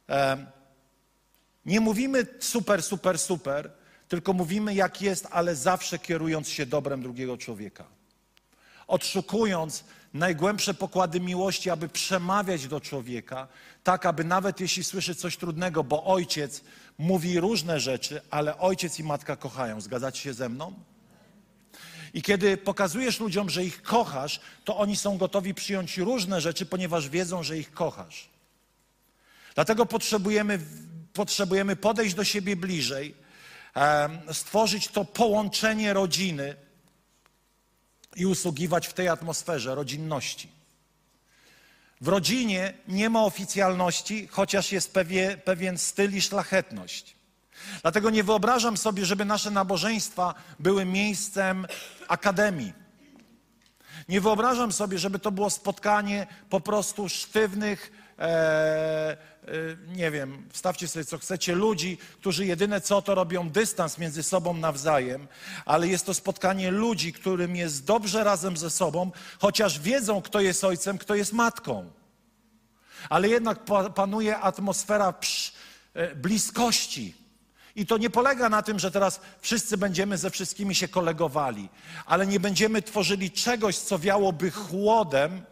Nie mówimy super, super, super, tylko mówimy jak jest, ale zawsze kierując się dobrem drugiego człowieka. Odszukując najgłębsze pokłady miłości, aby przemawiać do człowieka, tak aby nawet jeśli słyszy coś trudnego, bo ojciec mówi różne rzeczy, ale ojciec i matka kochają. Zgadzacie się ze mną? I kiedy pokazujesz ludziom, że ich kochasz, to oni są gotowi przyjąć różne rzeczy, ponieważ wiedzą, że ich kochasz. Dlatego potrzebujemy, potrzebujemy podejść do siebie bliżej, stworzyć to połączenie rodziny, i usługiwać w tej atmosferze rodzinności. W rodzinie nie ma oficjalności, chociaż jest pewien, pewien styl i szlachetność. Dlatego nie wyobrażam sobie, żeby nasze nabożeństwa były miejscem akademii. Nie wyobrażam sobie, żeby to było spotkanie po prostu sztywnych, e, e, nie wiem, wstawcie sobie co chcecie, ludzi, którzy jedyne co to robią dystans między sobą nawzajem, ale jest to spotkanie ludzi, którym jest dobrze razem ze sobą, chociaż wiedzą, kto jest ojcem, kto jest matką. Ale jednak panuje atmosfera psz, e, bliskości. I to nie polega na tym, że teraz wszyscy będziemy ze wszystkimi się kolegowali, ale nie będziemy tworzyli czegoś, co wiałoby chłodem,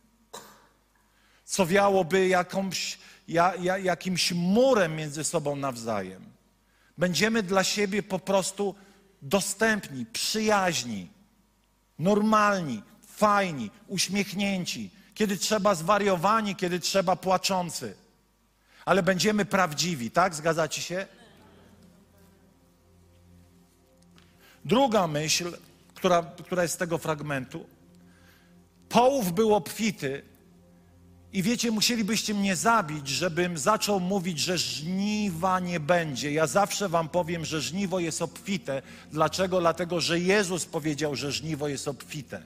co wiałoby jakąś, ja, ja, jakimś murem między sobą nawzajem. Będziemy dla siebie po prostu dostępni, przyjaźni, normalni, fajni, uśmiechnięci, kiedy trzeba zwariowani, kiedy trzeba płaczący. Ale będziemy prawdziwi, tak? Zgadzacie się? Druga myśl, która, która jest z tego fragmentu. Połów był obfity i wiecie, musielibyście mnie zabić, żebym zaczął mówić, że żniwa nie będzie. Ja zawsze wam powiem, że żniwo jest obfite. Dlaczego? Dlatego, że Jezus powiedział, że żniwo jest obfite.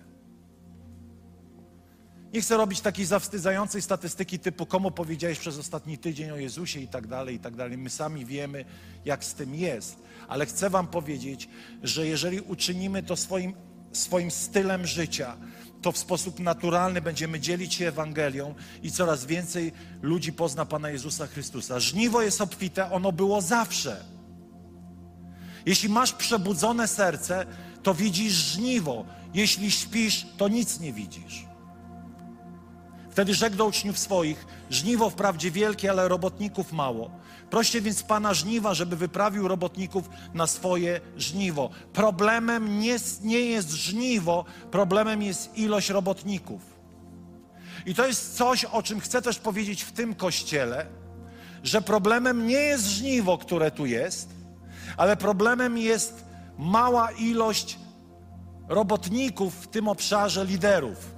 Nie chcę robić takiej zawstydzającej statystyki typu, komu powiedziałeś przez ostatni tydzień o Jezusie i tak dalej, i tak dalej. My sami wiemy, jak z tym jest. Ale chcę wam powiedzieć, że jeżeli uczynimy to swoim, swoim stylem życia, to w sposób naturalny będziemy dzielić się Ewangelią i coraz więcej ludzi pozna Pana Jezusa Chrystusa. Żniwo jest obfite, ono było zawsze. Jeśli masz przebudzone serce, to widzisz żniwo. Jeśli śpisz, to nic nie widzisz. Wtedy rzekł do uczniów swoich, żniwo wprawdzie wielkie, ale robotników mało. Proście więc Pana żniwa, żeby wyprawił robotników na swoje żniwo. Problemem nie, nie jest żniwo, problemem jest ilość robotników. I to jest coś, o czym chcę też powiedzieć w tym kościele, że problemem nie jest żniwo, które tu jest, ale problemem jest mała ilość robotników w tym obszarze liderów.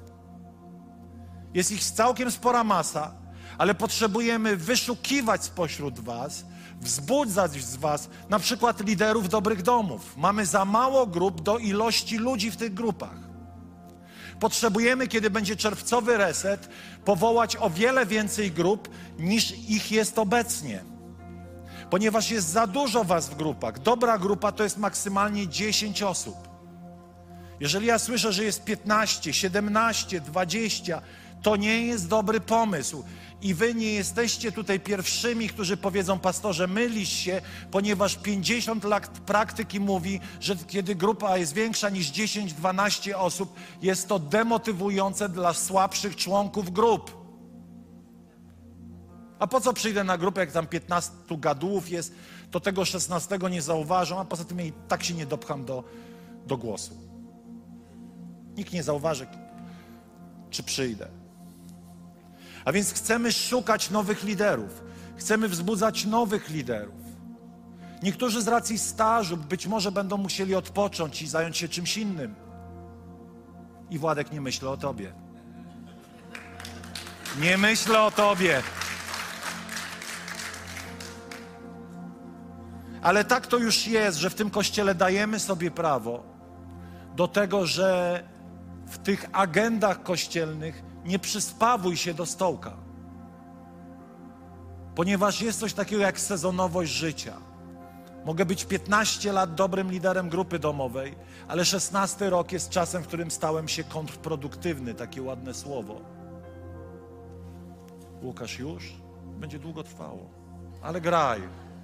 Jest ich całkiem spora masa, ale potrzebujemy wyszukiwać spośród was, wzbudzać z was na przykład liderów dobrych domów. Mamy za mało grup do ilości ludzi w tych grupach. Potrzebujemy, kiedy będzie czerwcowy reset, powołać o wiele więcej grup niż ich jest obecnie. Ponieważ jest za dużo was w grupach. Dobra grupa to jest maksymalnie dziesięć osób. Jeżeli ja słyszę, że jest piętnaście, siedemnaście, dwadzieścia, to nie jest dobry pomysł. I wy nie jesteście tutaj pierwszymi, którzy powiedzą: pastorze, mylisz się, ponieważ pięćdziesiąt lat praktyki mówi, że kiedy grupa jest większa niż dziesięć dwanaście osób, jest to demotywujące dla słabszych członków grup. A po co przyjdę na grupę, jak tam piętnastu gadułów jest, to tego szesnastego nie zauważą, a poza tym ja i tak się nie dopcham do, do głosu. Nikt nie zauważy, czy przyjdę. A więc chcemy szukać nowych liderów. Chcemy wzbudzać nowych liderów. Niektórzy z racji stażu być może będą musieli odpocząć i zająć się czymś innym. I Władek, nie myślę o tobie. Nie myślę o tobie. Ale tak to już jest, że w tym Kościele dajemy sobie prawo do tego, że w tych agendach kościelnych nie przyspawuj się do stołka. Ponieważ jest coś takiego jak sezonowość życia. Mogę być piętnaście lat dobrym liderem grupy domowej, ale szesnasty rok jest czasem, w którym stałem się kontrproduktywny, takie ładne słowo. Łukasz, już? Będzie długo trwało, ale graj.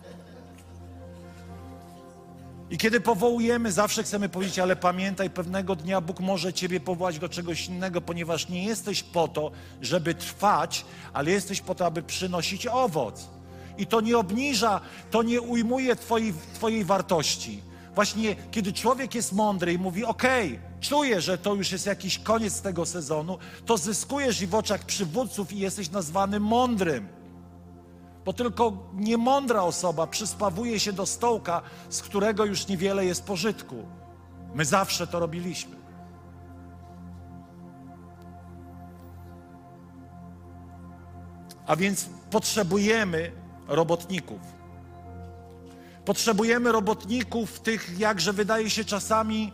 I kiedy powołujemy, zawsze chcemy powiedzieć: ale pamiętaj, pewnego dnia Bóg może ciebie powołać do czegoś innego, ponieważ nie jesteś po to, żeby trwać, ale jesteś po to, aby przynosić owoc. I to nie obniża, to nie ujmuje twojej, twojej wartości. Właśnie kiedy człowiek jest mądry i mówi: okej, czuję, że to już jest jakiś koniec tego sezonu, to zyskujesz i w oczach przywódców i jesteś nazwany mądrym. Bo tylko niemądra osoba przyspawuje się do stołka, z którego już niewiele jest pożytku. My zawsze to robiliśmy. A więc potrzebujemy robotników. Potrzebujemy robotników w tych, jakże wydaje się czasami,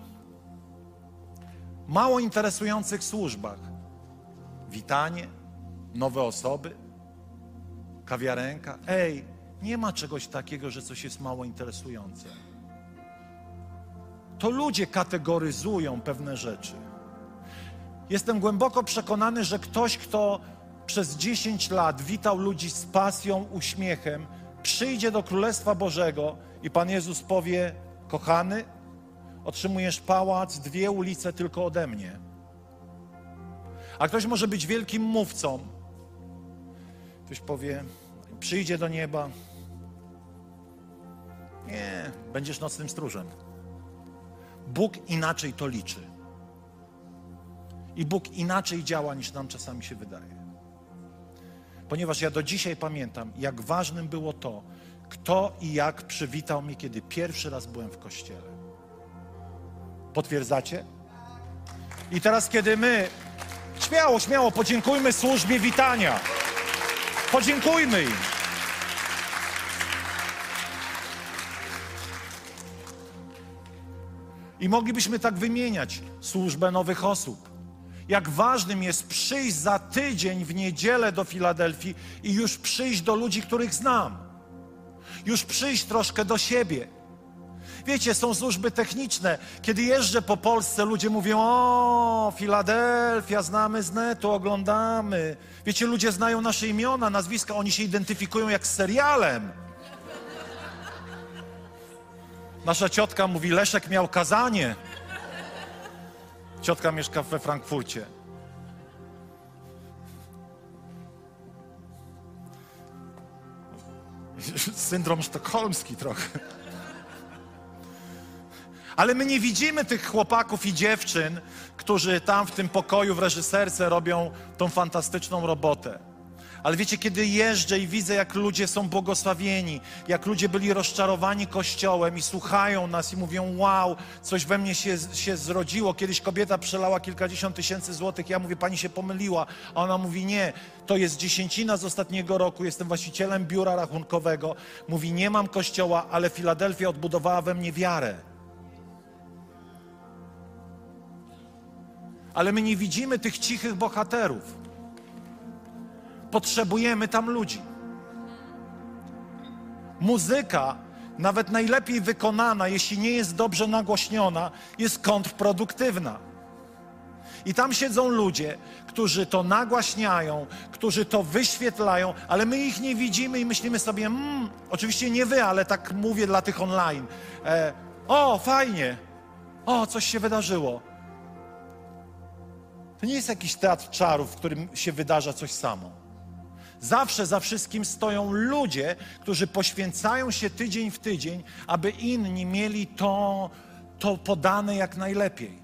mało interesujących służbach. Witanie, nowe osoby, kawiarenka. Ej, nie ma czegoś takiego, że coś jest mało interesujące. To ludzie kategoryzują pewne rzeczy. Jestem głęboko przekonany, że ktoś, kto przez dziesięć lat witał ludzi z pasją, uśmiechem, przyjdzie do Królestwa Bożego i Pan Jezus powie: kochany, otrzymujesz pałac, dwie ulice tylko ode mnie. A ktoś może być wielkim mówcą. Ktoś powie, przyjdzie do nieba. Nie, będziesz nocnym stróżem. Bóg inaczej to liczy. I Bóg inaczej działa, niż nam czasami się wydaje. Ponieważ ja do dzisiaj pamiętam, jak ważnym było to, kto i jak przywitał mnie, kiedy pierwszy raz byłem w kościele. Potwierdzacie? I teraz, kiedy my, śmiało, śmiało, podziękujmy służbie witania. Podziękujmy im. I moglibyśmy tak wymieniać służbę nowych osób. Jak ważnym jest przyjść za tydzień w niedzielę do Filadelfii i już przyjść do ludzi, których znam. Już przyjść troszkę do siebie. Wiecie, są służby techniczne. Kiedy jeżdżę po Polsce, ludzie mówią: o, Filadelfia, znamy z netu, oglądamy. Wiecie, ludzie znają nasze imiona, nazwiska, oni się identyfikują jak z serialem. Nasza ciotka mówi: Leszek miał kazanie. Ciotka mieszka we Frankfurcie. Syndrom sztokholmski trochę. Ale my nie widzimy tych chłopaków i dziewczyn, którzy tam w tym pokoju w reżyserce robią tą fantastyczną robotę. Ale wiecie, kiedy jeżdżę i widzę, jak ludzie są błogosławieni, jak ludzie byli rozczarowani Kościołem i słuchają nas i mówią, wow, coś we mnie się, się zrodziło. Kiedyś kobieta przelała kilkadziesiąt tysięcy złotych, ja mówię, pani się pomyliła. A ona mówi, nie, to jest dziesięcina z ostatniego roku, jestem właścicielem biura rachunkowego. Mówi, nie mam Kościoła, ale Filadelfia odbudowała we mnie wiarę. Ale my nie widzimy tych cichych bohaterów. Potrzebujemy tam ludzi. Muzyka, nawet najlepiej wykonana, jeśli nie jest dobrze nagłośniona, jest kontrproduktywna. I tam siedzą ludzie, którzy to nagłaśniają, którzy to wyświetlają, ale my ich nie widzimy i myślimy sobie, mm, oczywiście nie wy, ale tak mówię dla tych online. E, o, fajnie, o, coś się wydarzyło. To nie jest jakiś teatr czarów, w którym się wydarza coś samo. Zawsze za wszystkim stoją ludzie, którzy poświęcają się tydzień w tydzień, aby inni mieli to, to podane jak najlepiej.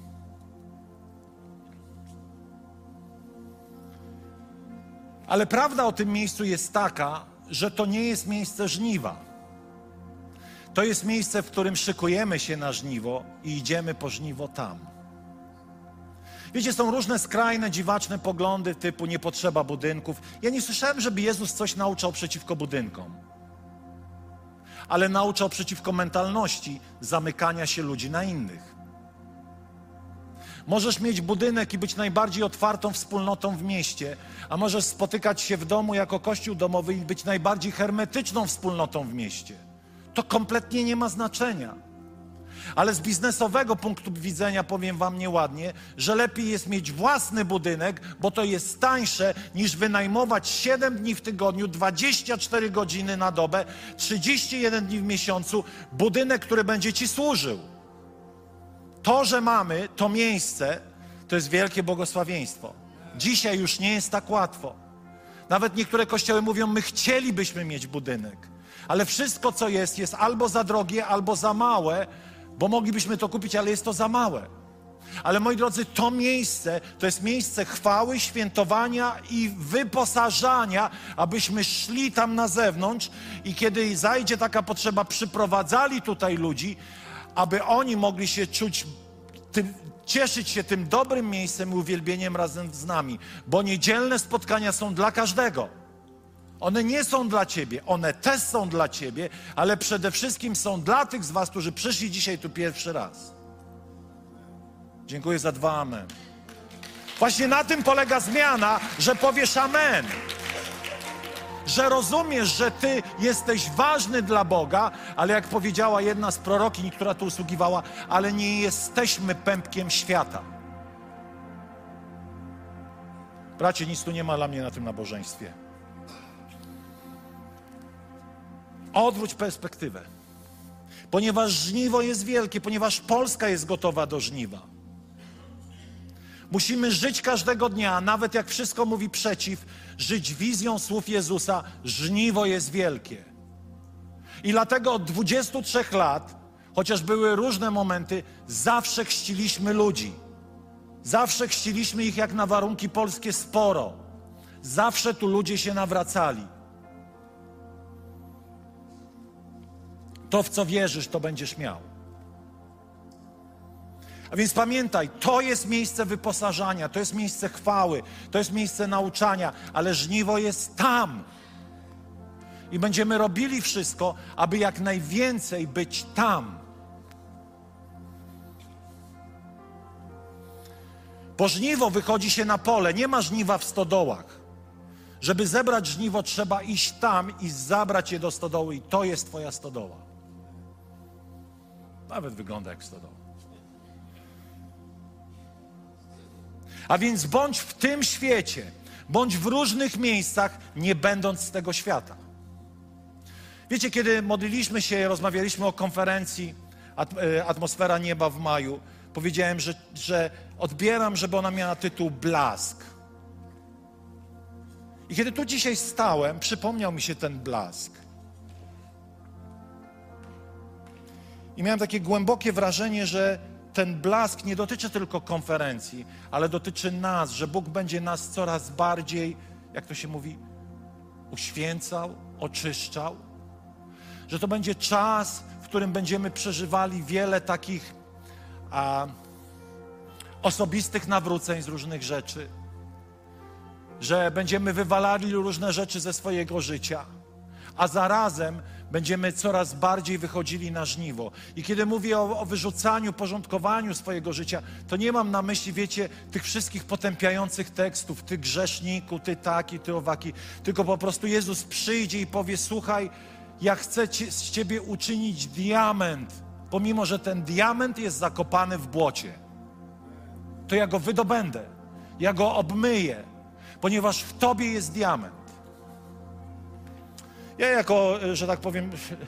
Ale prawda o tym miejscu jest taka, że to nie jest miejsce żniwa. To jest miejsce, w którym szykujemy się na żniwo i idziemy po żniwo tam. Wiecie, są różne skrajne, dziwaczne poglądy typu nie potrzeba budynków. Ja nie słyszałem, żeby Jezus coś nauczał przeciwko budynkom. Ale nauczał przeciwko mentalności zamykania się ludzi na innych. Możesz mieć budynek i być najbardziej otwartą wspólnotą w mieście, a możesz spotykać się w domu jako kościół domowy i być najbardziej hermetyczną wspólnotą w mieście. To kompletnie nie ma znaczenia. Ale z biznesowego punktu widzenia powiem wam nieładnie, że lepiej jest mieć własny budynek, bo to jest tańsze niż wynajmować siedem dni w tygodniu, dwadzieścia cztery godziny na dobę, trzydzieści jeden dni w miesiącu budynek, który będzie ci służył. To, że mamy to miejsce, to jest wielkie błogosławieństwo. Dzisiaj już nie jest tak łatwo. Nawet niektóre kościoły mówią, my chcielibyśmy mieć budynek, ale wszystko, co jest, jest albo za drogie, albo za małe, bo moglibyśmy to kupić, ale jest to za małe. Ale moi drodzy, to miejsce, to jest miejsce chwały, świętowania i wyposażania, abyśmy szli tam na zewnątrz i kiedy zajdzie taka potrzeba, przyprowadzali tutaj ludzi, aby oni mogli się czuć, tym, cieszyć się tym dobrym miejscem i uwielbieniem razem z nami. Bo niedzielne spotkania są dla każdego. One nie są dla ciebie, one też są dla ciebie, ale przede wszystkim są dla tych z was, którzy przyszli dzisiaj tu pierwszy raz. Dziękuję za dwa amen. Właśnie na tym polega zmiana, że powiesz amen. Że rozumiesz, że ty jesteś ważny dla Boga, ale jak powiedziała jedna z prorokiń, która tu usługiwała, ale nie jesteśmy pępkiem świata. Bracie, nic tu nie ma dla mnie na tym nabożeństwie. Odwróć perspektywę. Ponieważ żniwo jest wielkie, ponieważ Polska jest gotowa do żniwa. Musimy żyć każdego dnia, nawet jak wszystko mówi przeciw, żyć wizją słów Jezusa. Żniwo jest wielkie. I dlatego od dwudziestu trzech lat, chociaż były różne momenty, zawsze chrzciliśmy ludzi. Zawsze chrzciliśmy ich jak na warunki polskie sporo. Zawsze tu ludzie się nawracali. To, w co wierzysz, to będziesz miał. A więc pamiętaj, to jest miejsce wyposażania, to jest miejsce chwały, to jest miejsce nauczania, ale żniwo jest tam. I będziemy robili wszystko, aby jak najwięcej być tam. Po żniwo wychodzi się na pole, nie ma żniwa w stodołach. Żeby zebrać żniwo, trzeba iść tam i zabrać je do stodoły i to jest twoja stodoła. Nawet wygląda jak stodoła. A więc bądź w tym świecie, bądź w różnych miejscach, nie będąc z tego świata. Wiecie, kiedy modliliśmy się, rozmawialiśmy o konferencji Atmosfera Nieba w maju, powiedziałem, że, że odbieram, żeby ona miała tytuł Blask. I kiedy tu dzisiaj stałem, przypomniał mi się ten blask. I miałem takie głębokie wrażenie, że ten blask nie dotyczy tylko konferencji, ale dotyczy nas, że Bóg będzie nas coraz bardziej, jak to się mówi, uświęcał, oczyszczał, że to będzie czas, w którym będziemy przeżywali wiele takich a, osobistych nawróceń z różnych rzeczy, że będziemy wywalali różne rzeczy ze swojego życia, a zarazem będziemy coraz bardziej wychodzili na żniwo. I kiedy mówię o, o wyrzucaniu, porządkowaniu swojego życia, to nie mam na myśli, wiecie, tych wszystkich potępiających tekstów, ty grzeszniku, ty taki, ty owaki, tylko po prostu Jezus przyjdzie i powie, słuchaj, ja chcę ci, z ciebie uczynić diament, pomimo że ten diament jest zakopany w błocie. To ja go wydobędę, ja go obmyję, ponieważ w tobie jest diament. Ja jako, że tak powiem,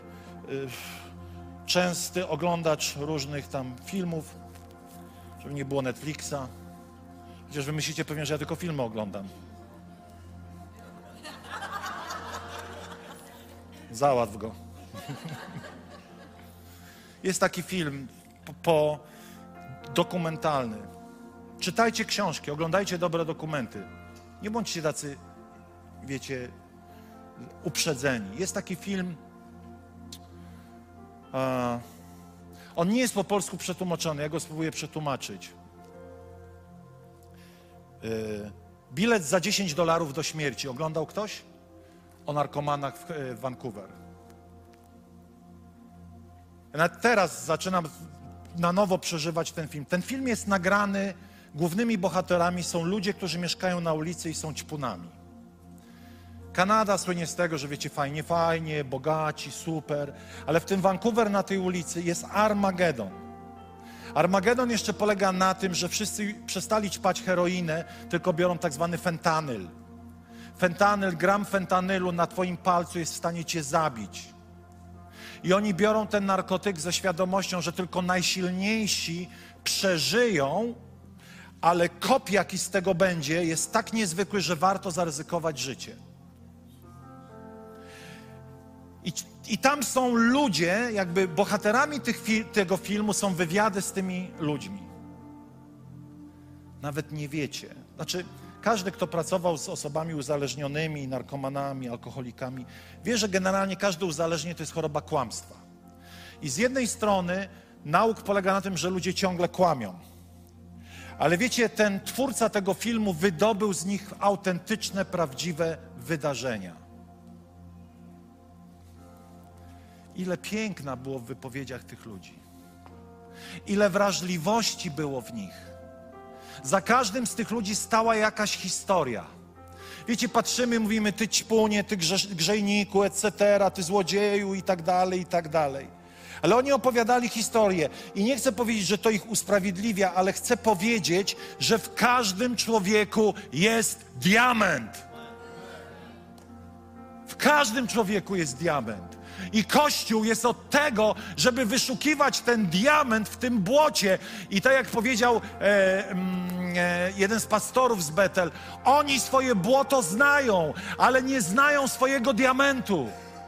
częsty oglądacz różnych tam filmów, żeby nie było Netflixa, chociaż wy myślicie pewnie, że ja tylko filmy oglądam. Załatw go. Jest taki film po, po dokumentalny. Czytajcie książki, oglądajcie dobre dokumenty. Nie bądźcie tacy, wiecie, uprzedzeni. Jest taki film, uh, on nie jest po polsku przetłumaczony, ja go spróbuję przetłumaczyć. Uh, bilet za dziesięć dolarów do śmierci. Oglądał ktoś? O narkomanach w, w Vancouver. Ja nawet teraz zaczynam na nowo przeżywać ten film. Ten film jest nagrany, głównymi bohaterami są ludzie, którzy mieszkają na ulicy i są ćpunami. Kanada słynie z tego, że wiecie, fajnie, fajnie, bogaci, super, ale w tym Vancouver na tej ulicy jest Armagedon. Armagedon jeszcze polega na tym, że wszyscy przestali ćpać heroinę, tylko biorą tak zwany fentanyl. Fentanyl, gram fentanylu na twoim palcu jest w stanie cię zabić. I oni biorą ten narkotyk ze świadomością, że tylko najsilniejsi przeżyją, ale kop, jaki z tego będzie, jest tak niezwykły, że warto zaryzykować życie. I, i tam są ludzie, jakby bohaterami tych, tego filmu są wywiady z tymi ludźmi. Nawet nie wiecie. Znaczy, każdy, kto pracował z osobami uzależnionymi, narkomanami, alkoholikami, wie, że generalnie każde uzależnienie to jest choroba kłamstwa. I z jednej strony nauk polega na tym, że ludzie ciągle kłamią. Ale wiecie, ten twórca tego filmu wydobył z nich autentyczne, prawdziwe wydarzenia. Ile piękna było w wypowiedziach tych ludzi. Ile wrażliwości było w nich. Za każdym z tych ludzi stała jakaś historia. Wiecie, patrzymy, mówimy, ty ćpunie, ty grze, grzejniku, et cetera, ty złodzieju i tak dalej, i tak dalej. Ale oni opowiadali historię i nie chcę powiedzieć, że to ich usprawiedliwia, ale chcę powiedzieć, że w każdym człowieku jest diament. W każdym człowieku jest diament. I Kościół jest od tego, żeby wyszukiwać ten diament w tym błocie. I tak jak powiedział e, e, jeden z pastorów z Betel, oni swoje błoto znają, ale nie znają swojego diamentu.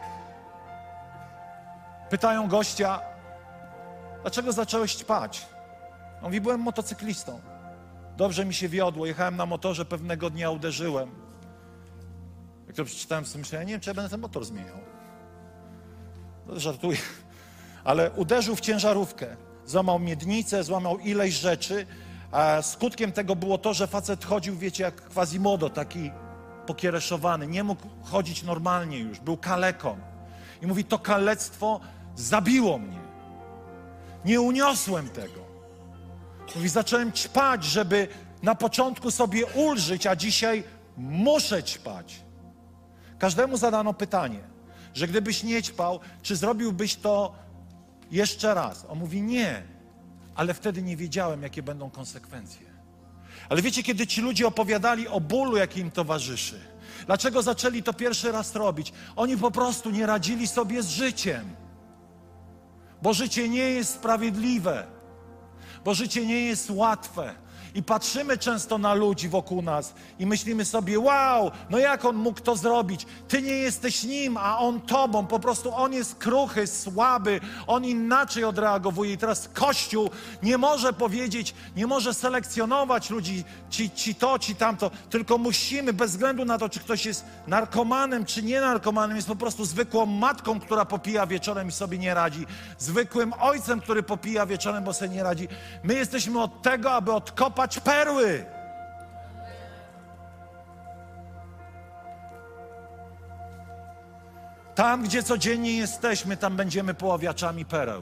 Pytają gościa, dlaczego zacząłeś ćpać? On mówi, byłem motocyklistą. Dobrze mi się wiodło, jechałem na motorze, pewnego dnia uderzyłem. Jak to przeczytałem, sobie myślałem, nie wiem, czy ja będę ten motor zmieniał. No, żartuję. Ale uderzył w ciężarówkę, złamał miednicę, złamał ileś rzeczy, a skutkiem tego było to, że facet chodził, wiecie, jak Quasimodo, taki pokiereszowany, nie mógł chodzić normalnie już, był kaleką. I mówi, to kalectwo zabiło mnie. Nie uniosłem tego. Mówi, zacząłem ćpać, żeby na początku sobie ulżyć, a dzisiaj muszę ćpać. Każdemu zadano pytanie, że gdybyś nie ćpał, czy zrobiłbyś to jeszcze raz? On mówi, nie, ale wtedy nie wiedziałem, jakie będą konsekwencje. Ale wiecie, kiedy ci ludzie opowiadali o bólu, jaki im towarzyszy, dlaczego zaczęli to pierwszy raz robić? Oni po prostu nie radzili sobie z życiem, bo życie nie jest sprawiedliwe, bo życie nie jest łatwe. I patrzymy często na ludzi wokół nas i myślimy sobie, wow, no jak on mógł to zrobić? Ty nie jesteś nim, a on tobą. Po prostu on jest kruchy, słaby, on inaczej odreagowuje. I teraz Kościół nie może powiedzieć, nie może selekcjonować ludzi, ci, ci to, ci tamto, tylko musimy, bez względu na to, czy ktoś jest narkomanem, czy nie narkomanem, jest po prostu zwykłą matką, która popija wieczorem i sobie nie radzi, zwykłym ojcem, który popija wieczorem, bo sobie nie radzi. My jesteśmy od tego, aby odkopać perły. Tam, gdzie codziennie jesteśmy, tam będziemy poławiaczami pereł.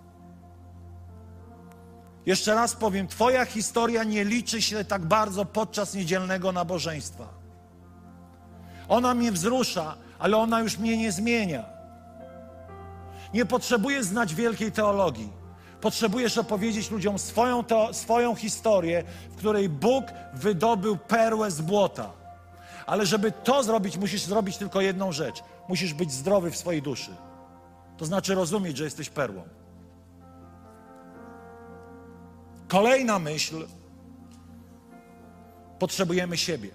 Jeszcze raz powiem, twoja historia nie liczy się tak bardzo podczas niedzielnego nabożeństwa. Ona mnie wzrusza, ale ona już mnie nie zmienia. Nie potrzebuję znać wielkiej teologii. Potrzebujesz opowiedzieć ludziom swoją, to, swoją historię, w której Bóg wydobył perłę z błota. Ale żeby to zrobić, musisz zrobić tylko jedną rzecz. Musisz być zdrowy w swojej duszy. To znaczy rozumieć, że jesteś perłą. Kolejna myśl. Potrzebujemy siebie.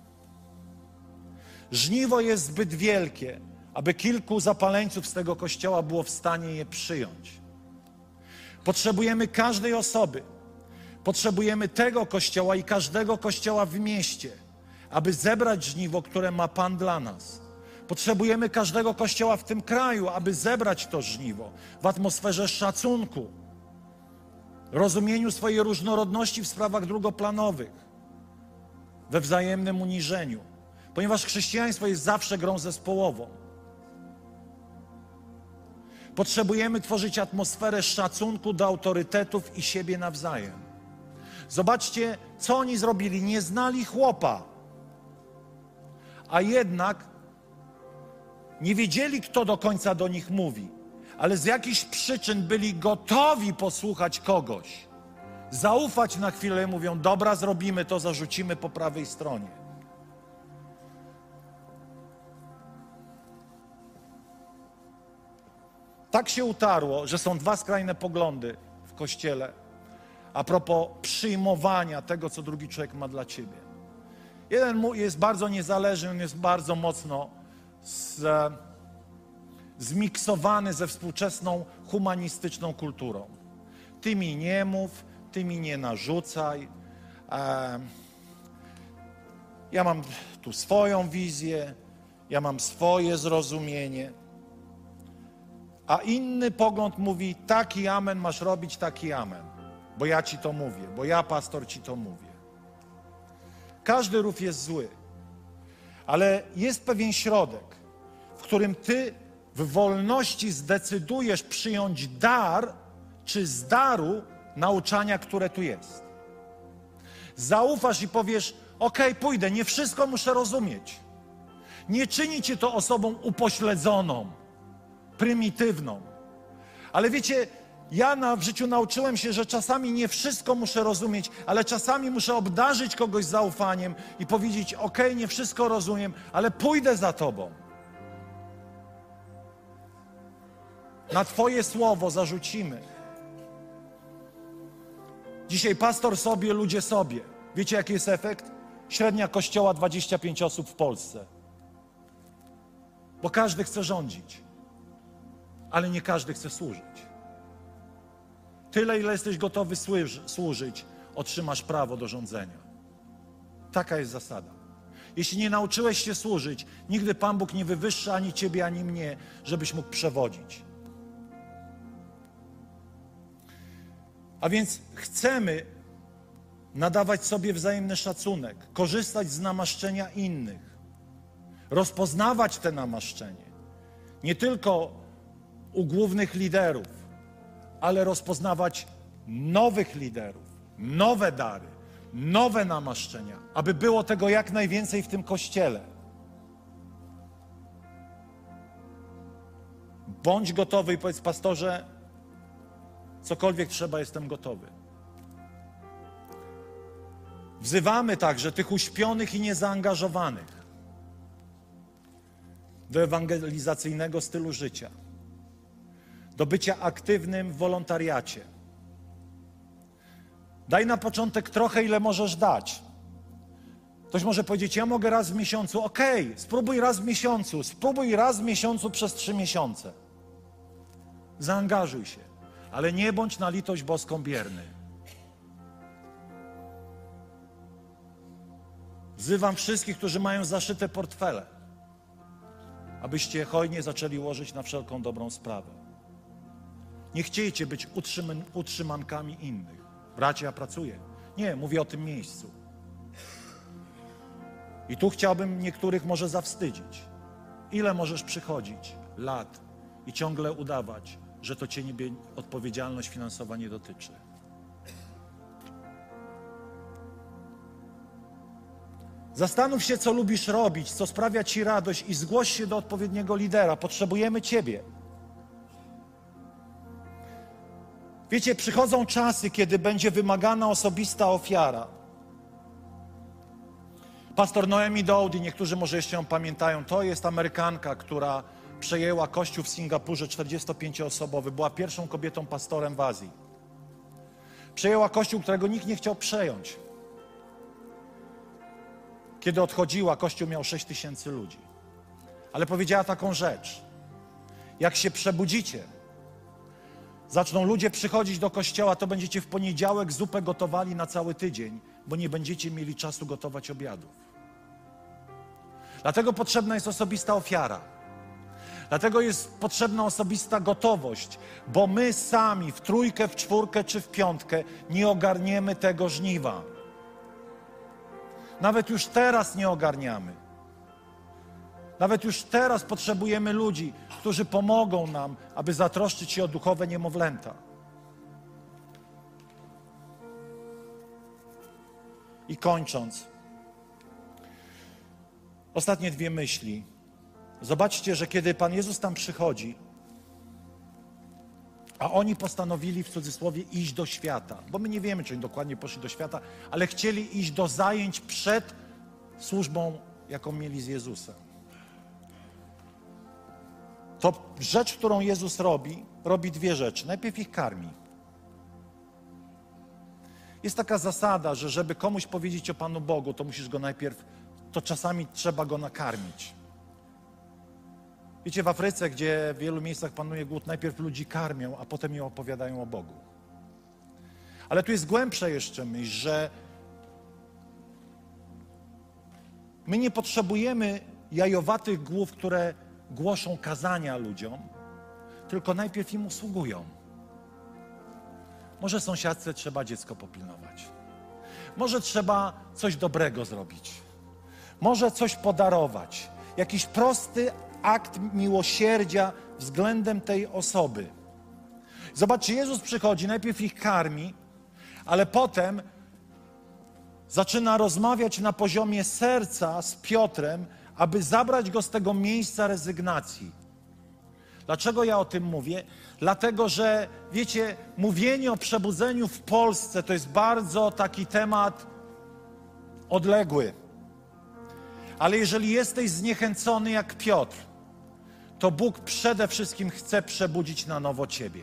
Żniwo jest zbyt wielkie, aby kilku zapaleńców z tego kościoła było w stanie je przyjąć. Potrzebujemy każdej osoby. Potrzebujemy tego kościoła i każdego kościoła w mieście, aby zebrać żniwo, które ma Pan dla nas. Potrzebujemy każdego kościoła w tym kraju, aby zebrać to żniwo w atmosferze szacunku, rozumieniu swojej różnorodności w sprawach drugoplanowych, we wzajemnym uniżeniu, ponieważ chrześcijaństwo jest zawsze grą zespołową. Potrzebujemy tworzyć atmosferę szacunku do autorytetów i siebie nawzajem. Zobaczcie, co oni zrobili. Nie znali chłopa, a jednak nie wiedzieli, kto do końca do nich mówi, ale z jakichś przyczyn byli gotowi posłuchać kogoś, zaufać na chwilę i mówią, dobra, zrobimy to, zarzucimy po prawej stronie. Tak się utarło, że są dwa skrajne poglądy w Kościele a propos przyjmowania tego, co drugi człowiek ma dla ciebie. Jeden jest bardzo niezależny, on jest bardzo mocno z, zmiksowany ze współczesną humanistyczną kulturą. Ty mi nie mów, ty mi nie narzucaj. E, ja mam tu swoją wizję, ja mam swoje zrozumienie. A inny pogląd mówi, taki amen masz robić, taki amen. Bo ja ci to mówię, bo ja, pastor, ci to mówię. Każdy ruch jest zły, ale jest pewien środek, w którym ty w wolności zdecydujesz przyjąć dar, czy z daru nauczania, które tu jest. Zaufasz i powiesz, okej, pójdę, nie wszystko muszę rozumieć. Nie czyni cię to osobą upośledzoną, prymitywną. Ale wiecie, ja na, w życiu nauczyłem się, że czasami nie wszystko muszę rozumieć, ale czasami muszę obdarzyć kogoś zaufaniem i powiedzieć, okej, nie wszystko rozumiem, ale pójdę za Tobą. Na Twoje słowo zarzucimy. Dzisiaj pastor sobie, ludzie sobie. Wiecie, jaki jest efekt? Średnia kościoła dwadzieścia pięć osób w Polsce. Bo każdy chce rządzić, ale nie każdy chce służyć. Tyle, ile jesteś gotowy służyć, otrzymasz prawo do rządzenia. Taka jest zasada. Jeśli nie nauczyłeś się służyć, nigdy Pan Bóg nie wywyższa ani ciebie, ani mnie, żebyś mógł przewodzić. A więc chcemy nadawać sobie wzajemny szacunek, korzystać z namaszczenia innych, rozpoznawać te namaszczenie. Nie tylko u głównych liderów, ale rozpoznawać nowych liderów, nowe dary, nowe namaszczenia, aby było tego jak najwięcej w tym Kościele. Bądź gotowy i powiedz, pastorze, cokolwiek trzeba, jestem gotowy. Wzywamy także tych uśpionych i niezaangażowanych do ewangelizacyjnego stylu życia, do bycia aktywnym w wolontariacie, Daj na początek trochę, ile możesz dać. Ktoś może powiedzieć, ja mogę raz w miesiącu. Okej, okay, spróbuj raz w miesiącu. Spróbuj raz w miesiącu przez trzy miesiące. Zaangażuj się, ale nie bądź na litość boską bierny. Wzywam wszystkich, którzy mają zaszyte portfele, abyście hojnie zaczęli łożyć na wszelką dobrą sprawę. Nie chciejcie być utrzyman- utrzymankami innych. Bracie, ja pracuję. Nie, mówię o tym miejscu. I tu chciałbym niektórych może zawstydzić. Ile możesz przychodzić lat i ciągle udawać, że to cię niebie odpowiedzialność finansowa nie dotyczy? Zastanów się, co lubisz robić, co sprawia ci radość i zgłoś się do odpowiedniego lidera. Potrzebujemy ciebie. Wiecie, przychodzą czasy, kiedy będzie wymagana osobista ofiara. Pastor Noemi Dowdy, niektórzy może jeszcze ją pamiętają, to jest Amerykanka, która przejęła kościół w Singapurze czterdziestopięcioosobowy. Była pierwszą kobietą pastorem w Azji. Przejęła kościół, którego nikt nie chciał przejąć. Kiedy odchodziła, kościół miał sześć tysięcy ludzi. Ale powiedziała taką rzecz. Jak się przebudzicie, zaczną ludzie przychodzić do kościoła, to będziecie w poniedziałek zupę gotowali na cały tydzień, bo nie będziecie mieli czasu gotować obiadów. Dlatego potrzebna jest osobista ofiara. Dlatego jest potrzebna osobista gotowość, bo my sami w trójkę, w czwórkę czy w piątkę nie ogarniemy tego żniwa. Nawet już teraz nie ogarniamy. Nawet już teraz potrzebujemy ludzi, którzy pomogą nam, aby zatroszczyć się o duchowe niemowlęta. I kończąc, ostatnie dwie myśli. Zobaczcie, że kiedy Pan Jezus tam przychodzi, a oni postanowili w cudzysłowie iść do świata, bo my nie wiemy, czy oni dokładnie poszli do świata, ale chcieli iść do zajęć przed służbą, jaką mieli z Jezusem. To rzecz, którą Jezus robi, robi dwie rzeczy. Najpierw ich karmi. Jest taka zasada, że żeby komuś powiedzieć o Panu Bogu, to musisz go najpierw, to czasami trzeba go nakarmić. Wiecie, w Afryce, gdzie w wielu miejscach panuje głód, najpierw ludzi karmią, a potem im opowiadają o Bogu. Ale tu jest głębsza jeszcze myśl, że my nie potrzebujemy jajowatych głów, które głoszą kazania ludziom, tylko najpierw im usługują. Może sąsiadce trzeba dziecko popilnować. Może trzeba coś dobrego zrobić. Może coś podarować. Jakiś prosty akt miłosierdzia względem tej osoby. Zobaczcie, Jezus przychodzi, najpierw ich karmi, ale potem zaczyna rozmawiać na poziomie serca z Piotrem, aby zabrać go z tego miejsca rezygnacji. Dlaczego ja o tym mówię? Dlatego, że wiecie, mówienie o przebudzeniu w Polsce to jest bardzo taki temat odległy. Ale jeżeli jesteś zniechęcony jak Piotr, to Bóg przede wszystkim chce przebudzić na nowo ciebie.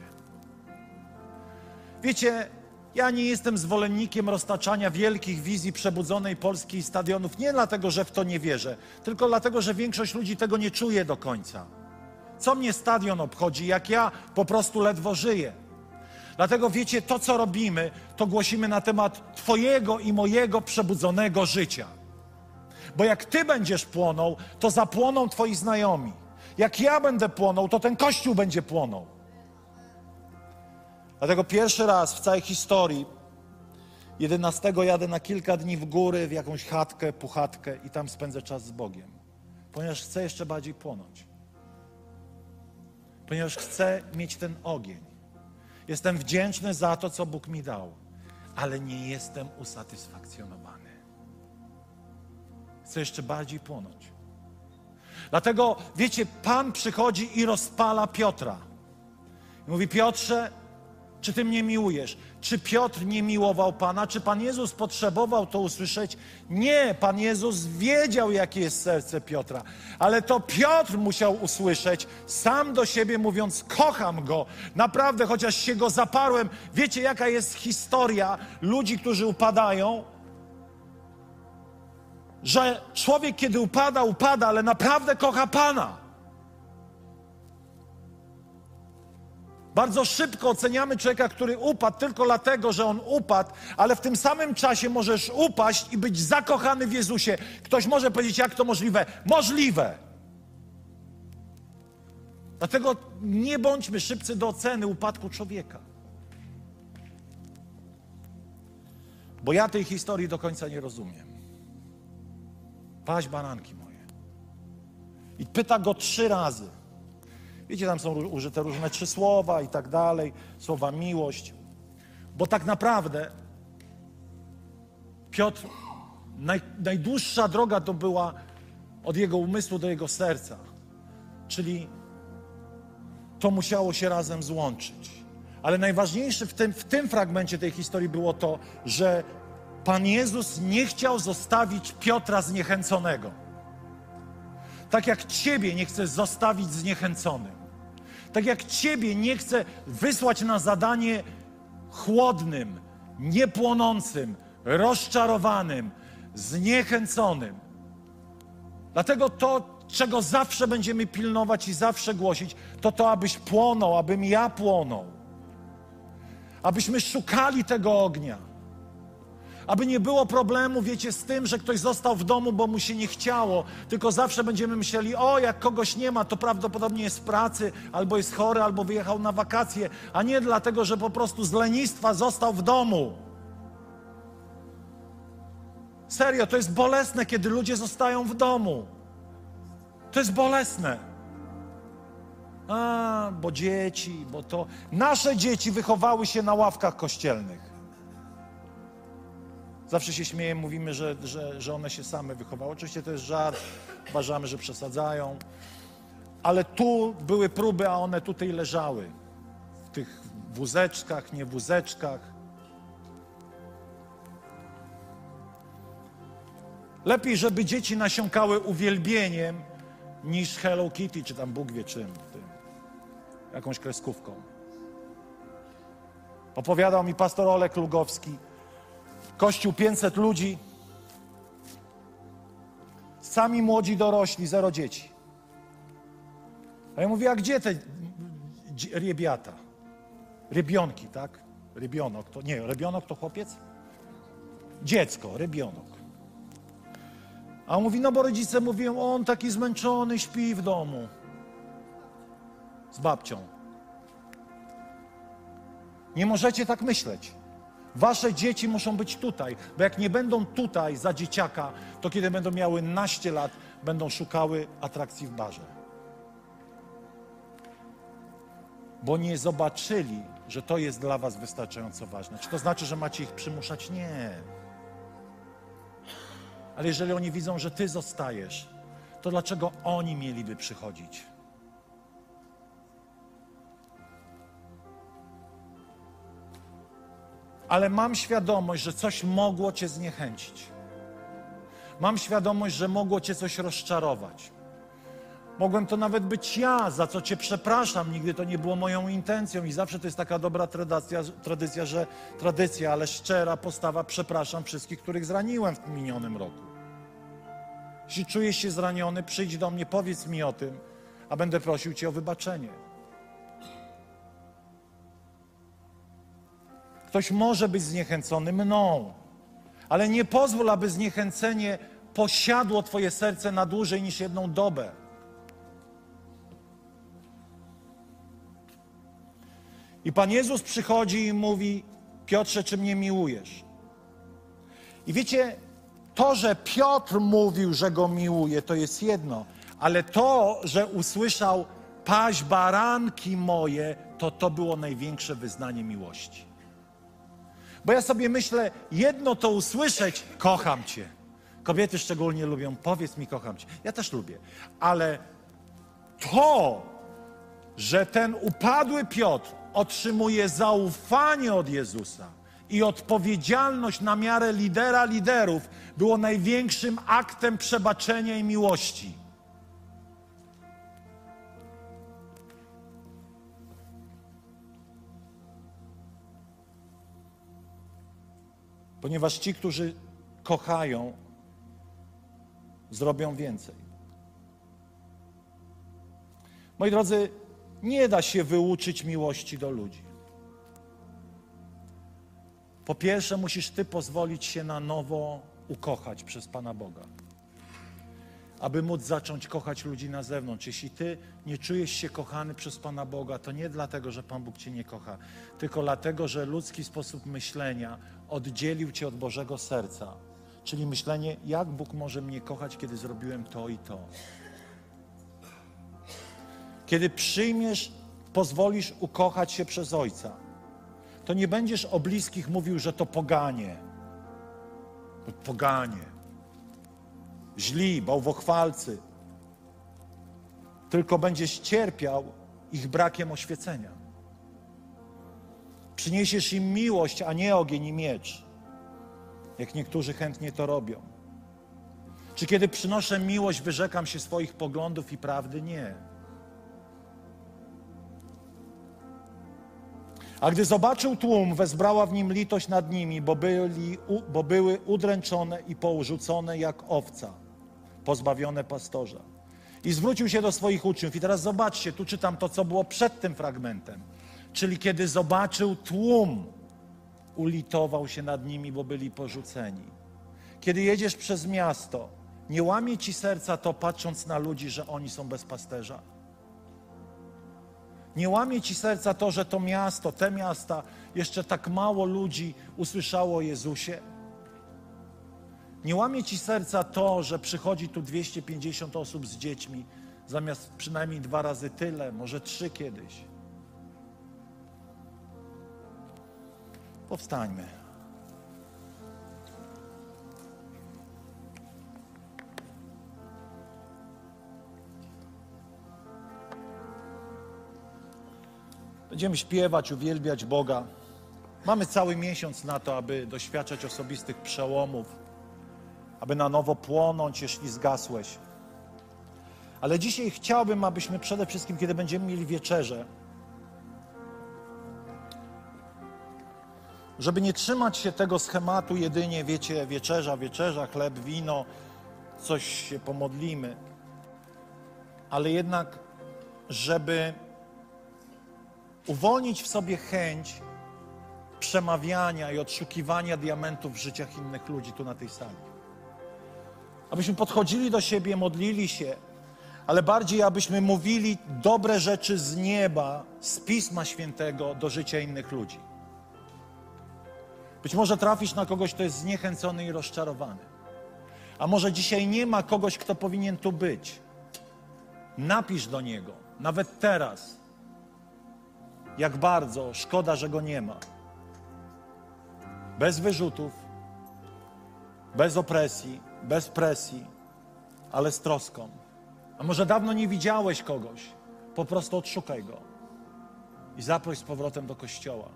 Wiecie, ja nie jestem zwolennikiem roztaczania wielkich wizji przebudzonej Polski i stadionów, nie dlatego, że w to nie wierzę, tylko dlatego, że większość ludzi tego nie czuje do końca. Co mnie stadion obchodzi, jak ja po prostu ledwo żyję? Dlatego wiecie, to co robimy, to głosimy na temat twojego i mojego przebudzonego życia. Bo jak ty będziesz płonął, to zapłoną twoi znajomi. Jak ja będę płonął, to ten Kościół będzie płonął. Dlatego pierwszy raz w całej historii jedenastego jadę na kilka dni w góry, w jakąś chatkę, puchatkę i tam spędzę czas z Bogiem. Ponieważ chcę jeszcze bardziej płonąć. Ponieważ chcę mieć ten ogień. Jestem wdzięczny za to, co Bóg mi dał, ale nie jestem usatysfakcjonowany. Chcę jeszcze bardziej płonąć. Dlatego, wiecie, Pan przychodzi i rozpala Piotra. I mówi: Piotrze, czy Ty mnie miłujesz? Czy Piotr nie miłował Pana? Czy Pan Jezus potrzebował to usłyszeć? Nie, Pan Jezus wiedział, jakie jest serce Piotra. Ale to Piotr musiał usłyszeć, sam do siebie mówiąc, kocham Go. Naprawdę, chociaż się Go zaparłem. Wiecie, jaka jest historia ludzi, którzy upadają? Że człowiek, kiedy upada, upada, ale naprawdę kocha Pana. Bardzo szybko oceniamy człowieka, który upadł tylko dlatego, że on upadł, ale w tym samym czasie możesz upaść i być zakochany w Jezusie. Ktoś może powiedzieć, jak to możliwe? Możliwe! Dlatego nie bądźmy szybcy do oceny upadku człowieka. Bo ja tej historii do końca nie rozumiem. Paść baranki moje. I pyta go trzy razy. Wiecie, tam są użyte różne trzy słowa i tak dalej, słowa miłość. Bo tak naprawdę Piotr, naj, najdłuższa droga to była od jego umysłu do jego serca. Czyli to musiało się razem złączyć. Ale najważniejsze w tym, w tym fragmencie tej historii było to, że Pan Jezus nie chciał zostawić Piotra zniechęconego. Tak jak Ciebie nie chce zostawić zniechęconym. Tak jak Ciebie nie chce wysłać na zadanie chłodnym, niepłonącym, rozczarowanym, zniechęconym. Dlatego to, czego zawsze będziemy pilnować i zawsze głosić, to to, abyś płonął, abym ja płonął. Abyśmy szukali tego ognia. Aby nie było problemu, wiecie, z tym, że ktoś został w domu, bo mu się nie chciało, tylko zawsze będziemy myśleli, o, jak kogoś nie ma, to prawdopodobnie jest w pracy, albo jest chory, albo wyjechał na wakacje, a nie dlatego, że po prostu z lenistwa został w domu. Serio, to jest bolesne, kiedy ludzie zostają w domu. To jest bolesne. A, bo dzieci, bo to... Nasze dzieci wychowały się na ławkach kościelnych. Zawsze się śmiejemy, mówimy, że, że, że one się same wychowały. Oczywiście to jest żart, uważamy, że przesadzają. Ale tu były próby, a one tutaj leżały. W tych wózeczkach, nie wózeczkach. Lepiej, żeby dzieci nasiąkały uwielbieniem, niż Hello Kitty, czy tam Bóg wie czym. Tym, jakąś kreskówką. Opowiadał mi pastor Olek Lugowski. Kościół pięćset ludzi, sami młodzi dorośli, zero dzieci. A ja mówię, a gdzie te rybiata? Rybionki, tak? Rybionok to, nie, rybionok to chłopiec? Dziecko, rybionok. A on mówi, no bo rodzice mówią, on taki zmęczony, śpi w domu. Z babcią. Nie możecie tak myśleć. Wasze dzieci muszą być tutaj, bo jak nie będą tutaj za dzieciaka, to kiedy będą miały naście lat, będą szukały atrakcji w barze. Bo nie zobaczyli, że to jest dla was wystarczająco ważne. Czy to znaczy, że macie ich przymuszać? Nie. Ale jeżeli oni widzą, że ty zostajesz, to dlaczego oni mieliby przychodzić? Ale mam świadomość, że coś mogło cię zniechęcić. Mam świadomość, że mogło cię coś rozczarować. Mogłem to nawet być ja, za co cię przepraszam. Nigdy to nie było moją intencją i zawsze to jest taka dobra tradycja, tradycja, że tradycja, ale szczera postawa, przepraszam wszystkich, których zraniłem w minionym roku. Jeśli czujesz się zraniony, przyjdź do mnie, powiedz mi o tym, a będę prosił cię o wybaczenie. Ktoś może być zniechęcony mną, ale nie pozwól, aby zniechęcenie posiadło twoje serce na dłużej niż jedną dobę. I Pan Jezus przychodzi i mówi, Piotrze, czy mnie miłujesz? I wiecie, to, że Piotr mówił, że go miłuje, to jest jedno, ale to, że usłyszał, paść baranki moje, to to było największe wyznanie miłości. Bo ja sobie myślę, jedno to usłyszeć, kocham cię. Kobiety szczególnie lubią, powiedz mi, kocham cię. Ja też lubię. Ale to, że ten upadły Piotr otrzymuje zaufanie od Jezusa i odpowiedzialność na miarę lidera liderów, było największym aktem przebaczenia i miłości. Ponieważ ci, którzy kochają, zrobią więcej. Moi drodzy, nie da się wyuczyć miłości do ludzi. Po pierwsze, musisz ty pozwolić się na nowo ukochać przez Pana Boga, aby móc zacząć kochać ludzi na zewnątrz. Jeśli ty nie czujesz się kochany przez Pana Boga, to nie dlatego, że Pan Bóg cię nie kocha, tylko dlatego, że ludzki sposób myślenia oddzielił cię od Bożego serca. Czyli myślenie, jak Bóg może mnie kochać, kiedy zrobiłem to i to. Kiedy przyjmiesz, pozwolisz ukochać się przez Ojca, to nie będziesz o bliskich mówił, że to poganie. Poganie. Źli, bałwochwalcy. Tylko będziesz cierpiał ich brakiem oświecenia. Przyniesiesz im miłość, a nie ogień i miecz, jak niektórzy chętnie to robią. Czy kiedy przynoszę miłość, wyrzekam się swoich poglądów i prawdy? Nie. A gdy zobaczył tłum, wezbrała w nim litość nad nimi, bo, byli, bo były udręczone i porzucone jak owca, pozbawione pastorza. I zwrócił się do swoich uczniów. I teraz zobaczcie, tu czytam to, co było przed tym fragmentem. Czyli kiedy zobaczył tłum, ulitował się nad nimi, bo byli porzuceni. Kiedy jedziesz przez miasto, nie łamie ci serca to, patrząc na ludzi, że oni są bez pasterza? Nie łamie ci serca to, że to miasto, te miasta, jeszcze tak mało ludzi usłyszało o Jezusie? Nie łamie ci serca to, że przychodzi tu dwieście pięćdziesiąt osób z dziećmi, zamiast przynajmniej dwa razy tyle, może trzy kiedyś? Powstańmy. Będziemy śpiewać, uwielbiać Boga. Mamy cały miesiąc na to, aby doświadczać osobistych przełomów, aby na nowo płonąć, jeśli zgasłeś. Ale dzisiaj chciałbym, abyśmy przede wszystkim, kiedy będziemy mieli wieczerzę, żeby nie trzymać się tego schematu jedynie, wiecie, wieczerza, wieczerza, chleb, wino, coś się pomodlimy, ale jednak, żeby uwolnić w sobie chęć przemawiania i odszukiwania diamentów w życiach innych ludzi tu na tej sali. Abyśmy podchodzili do siebie, modlili się, ale bardziej abyśmy mówili dobre rzeczy z nieba, z Pisma Świętego do życia innych ludzi. Być może trafisz na kogoś, kto jest zniechęcony i rozczarowany. A może dzisiaj nie ma kogoś, kto powinien tu być. Napisz do niego, nawet teraz, jak bardzo szkoda, że go nie ma. Bez wyrzutów, bez opresji, bez presji, ale z troską. A może dawno nie widziałeś kogoś, po prostu odszukaj go i zaproś z powrotem do kościoła.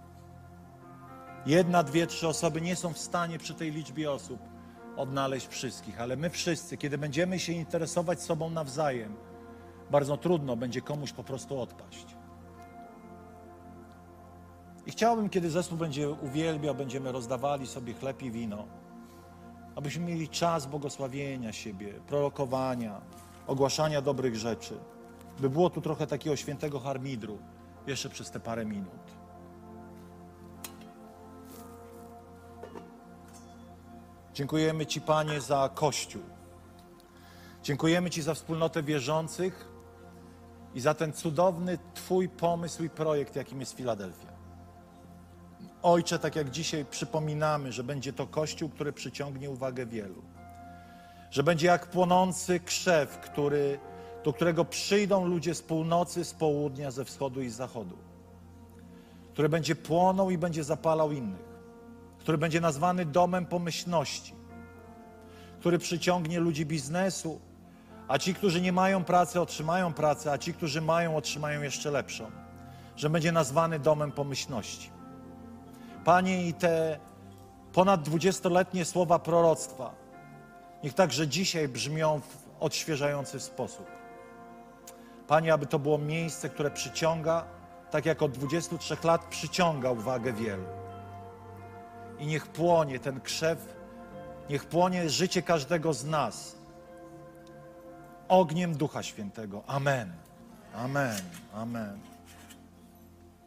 Jedna, dwie, trzy osoby nie są w stanie przy tej liczbie osób odnaleźć wszystkich, ale my wszyscy, kiedy będziemy się interesować sobą nawzajem, bardzo trudno będzie komuś po prostu odpaść. I chciałbym, kiedy zespół będzie uwielbiał, będziemy rozdawali sobie chleb i wino, abyśmy mieli czas błogosławienia siebie, prorokowania, ogłaszania dobrych rzeczy, by było tu trochę takiego świętego harmidru jeszcze przez te parę minut. Dziękujemy Ci, Panie, za Kościół. Dziękujemy Ci za wspólnotę wierzących i za ten cudowny Twój pomysł i projekt, jakim jest Filadelfia. Ojcze, tak jak dzisiaj przypominamy, że będzie to Kościół, który przyciągnie uwagę wielu. Że będzie jak płonący krzew, który, do którego przyjdą ludzie z północy, z południa, ze wschodu i z zachodu. Który będzie płonął i będzie zapalał innych. Który będzie nazwany domem pomyślności. Który przyciągnie ludzi biznesu, a ci, którzy nie mają pracy, otrzymają pracę, a ci, którzy mają, otrzymają jeszcze lepszą. że będzie nazwany domem pomyślności. Panie, i te ponad dwudziestoletnie słowa proroctwa, niech także dzisiaj brzmią w odświeżający sposób. Panie, aby to było miejsce, które przyciąga, tak jak od dwudziestu trzech lat przyciąga uwagę wielu. I niech płonie ten krzew, niech płonie życie każdego z nas ogniem Ducha Świętego. Amen. Amen. Amen.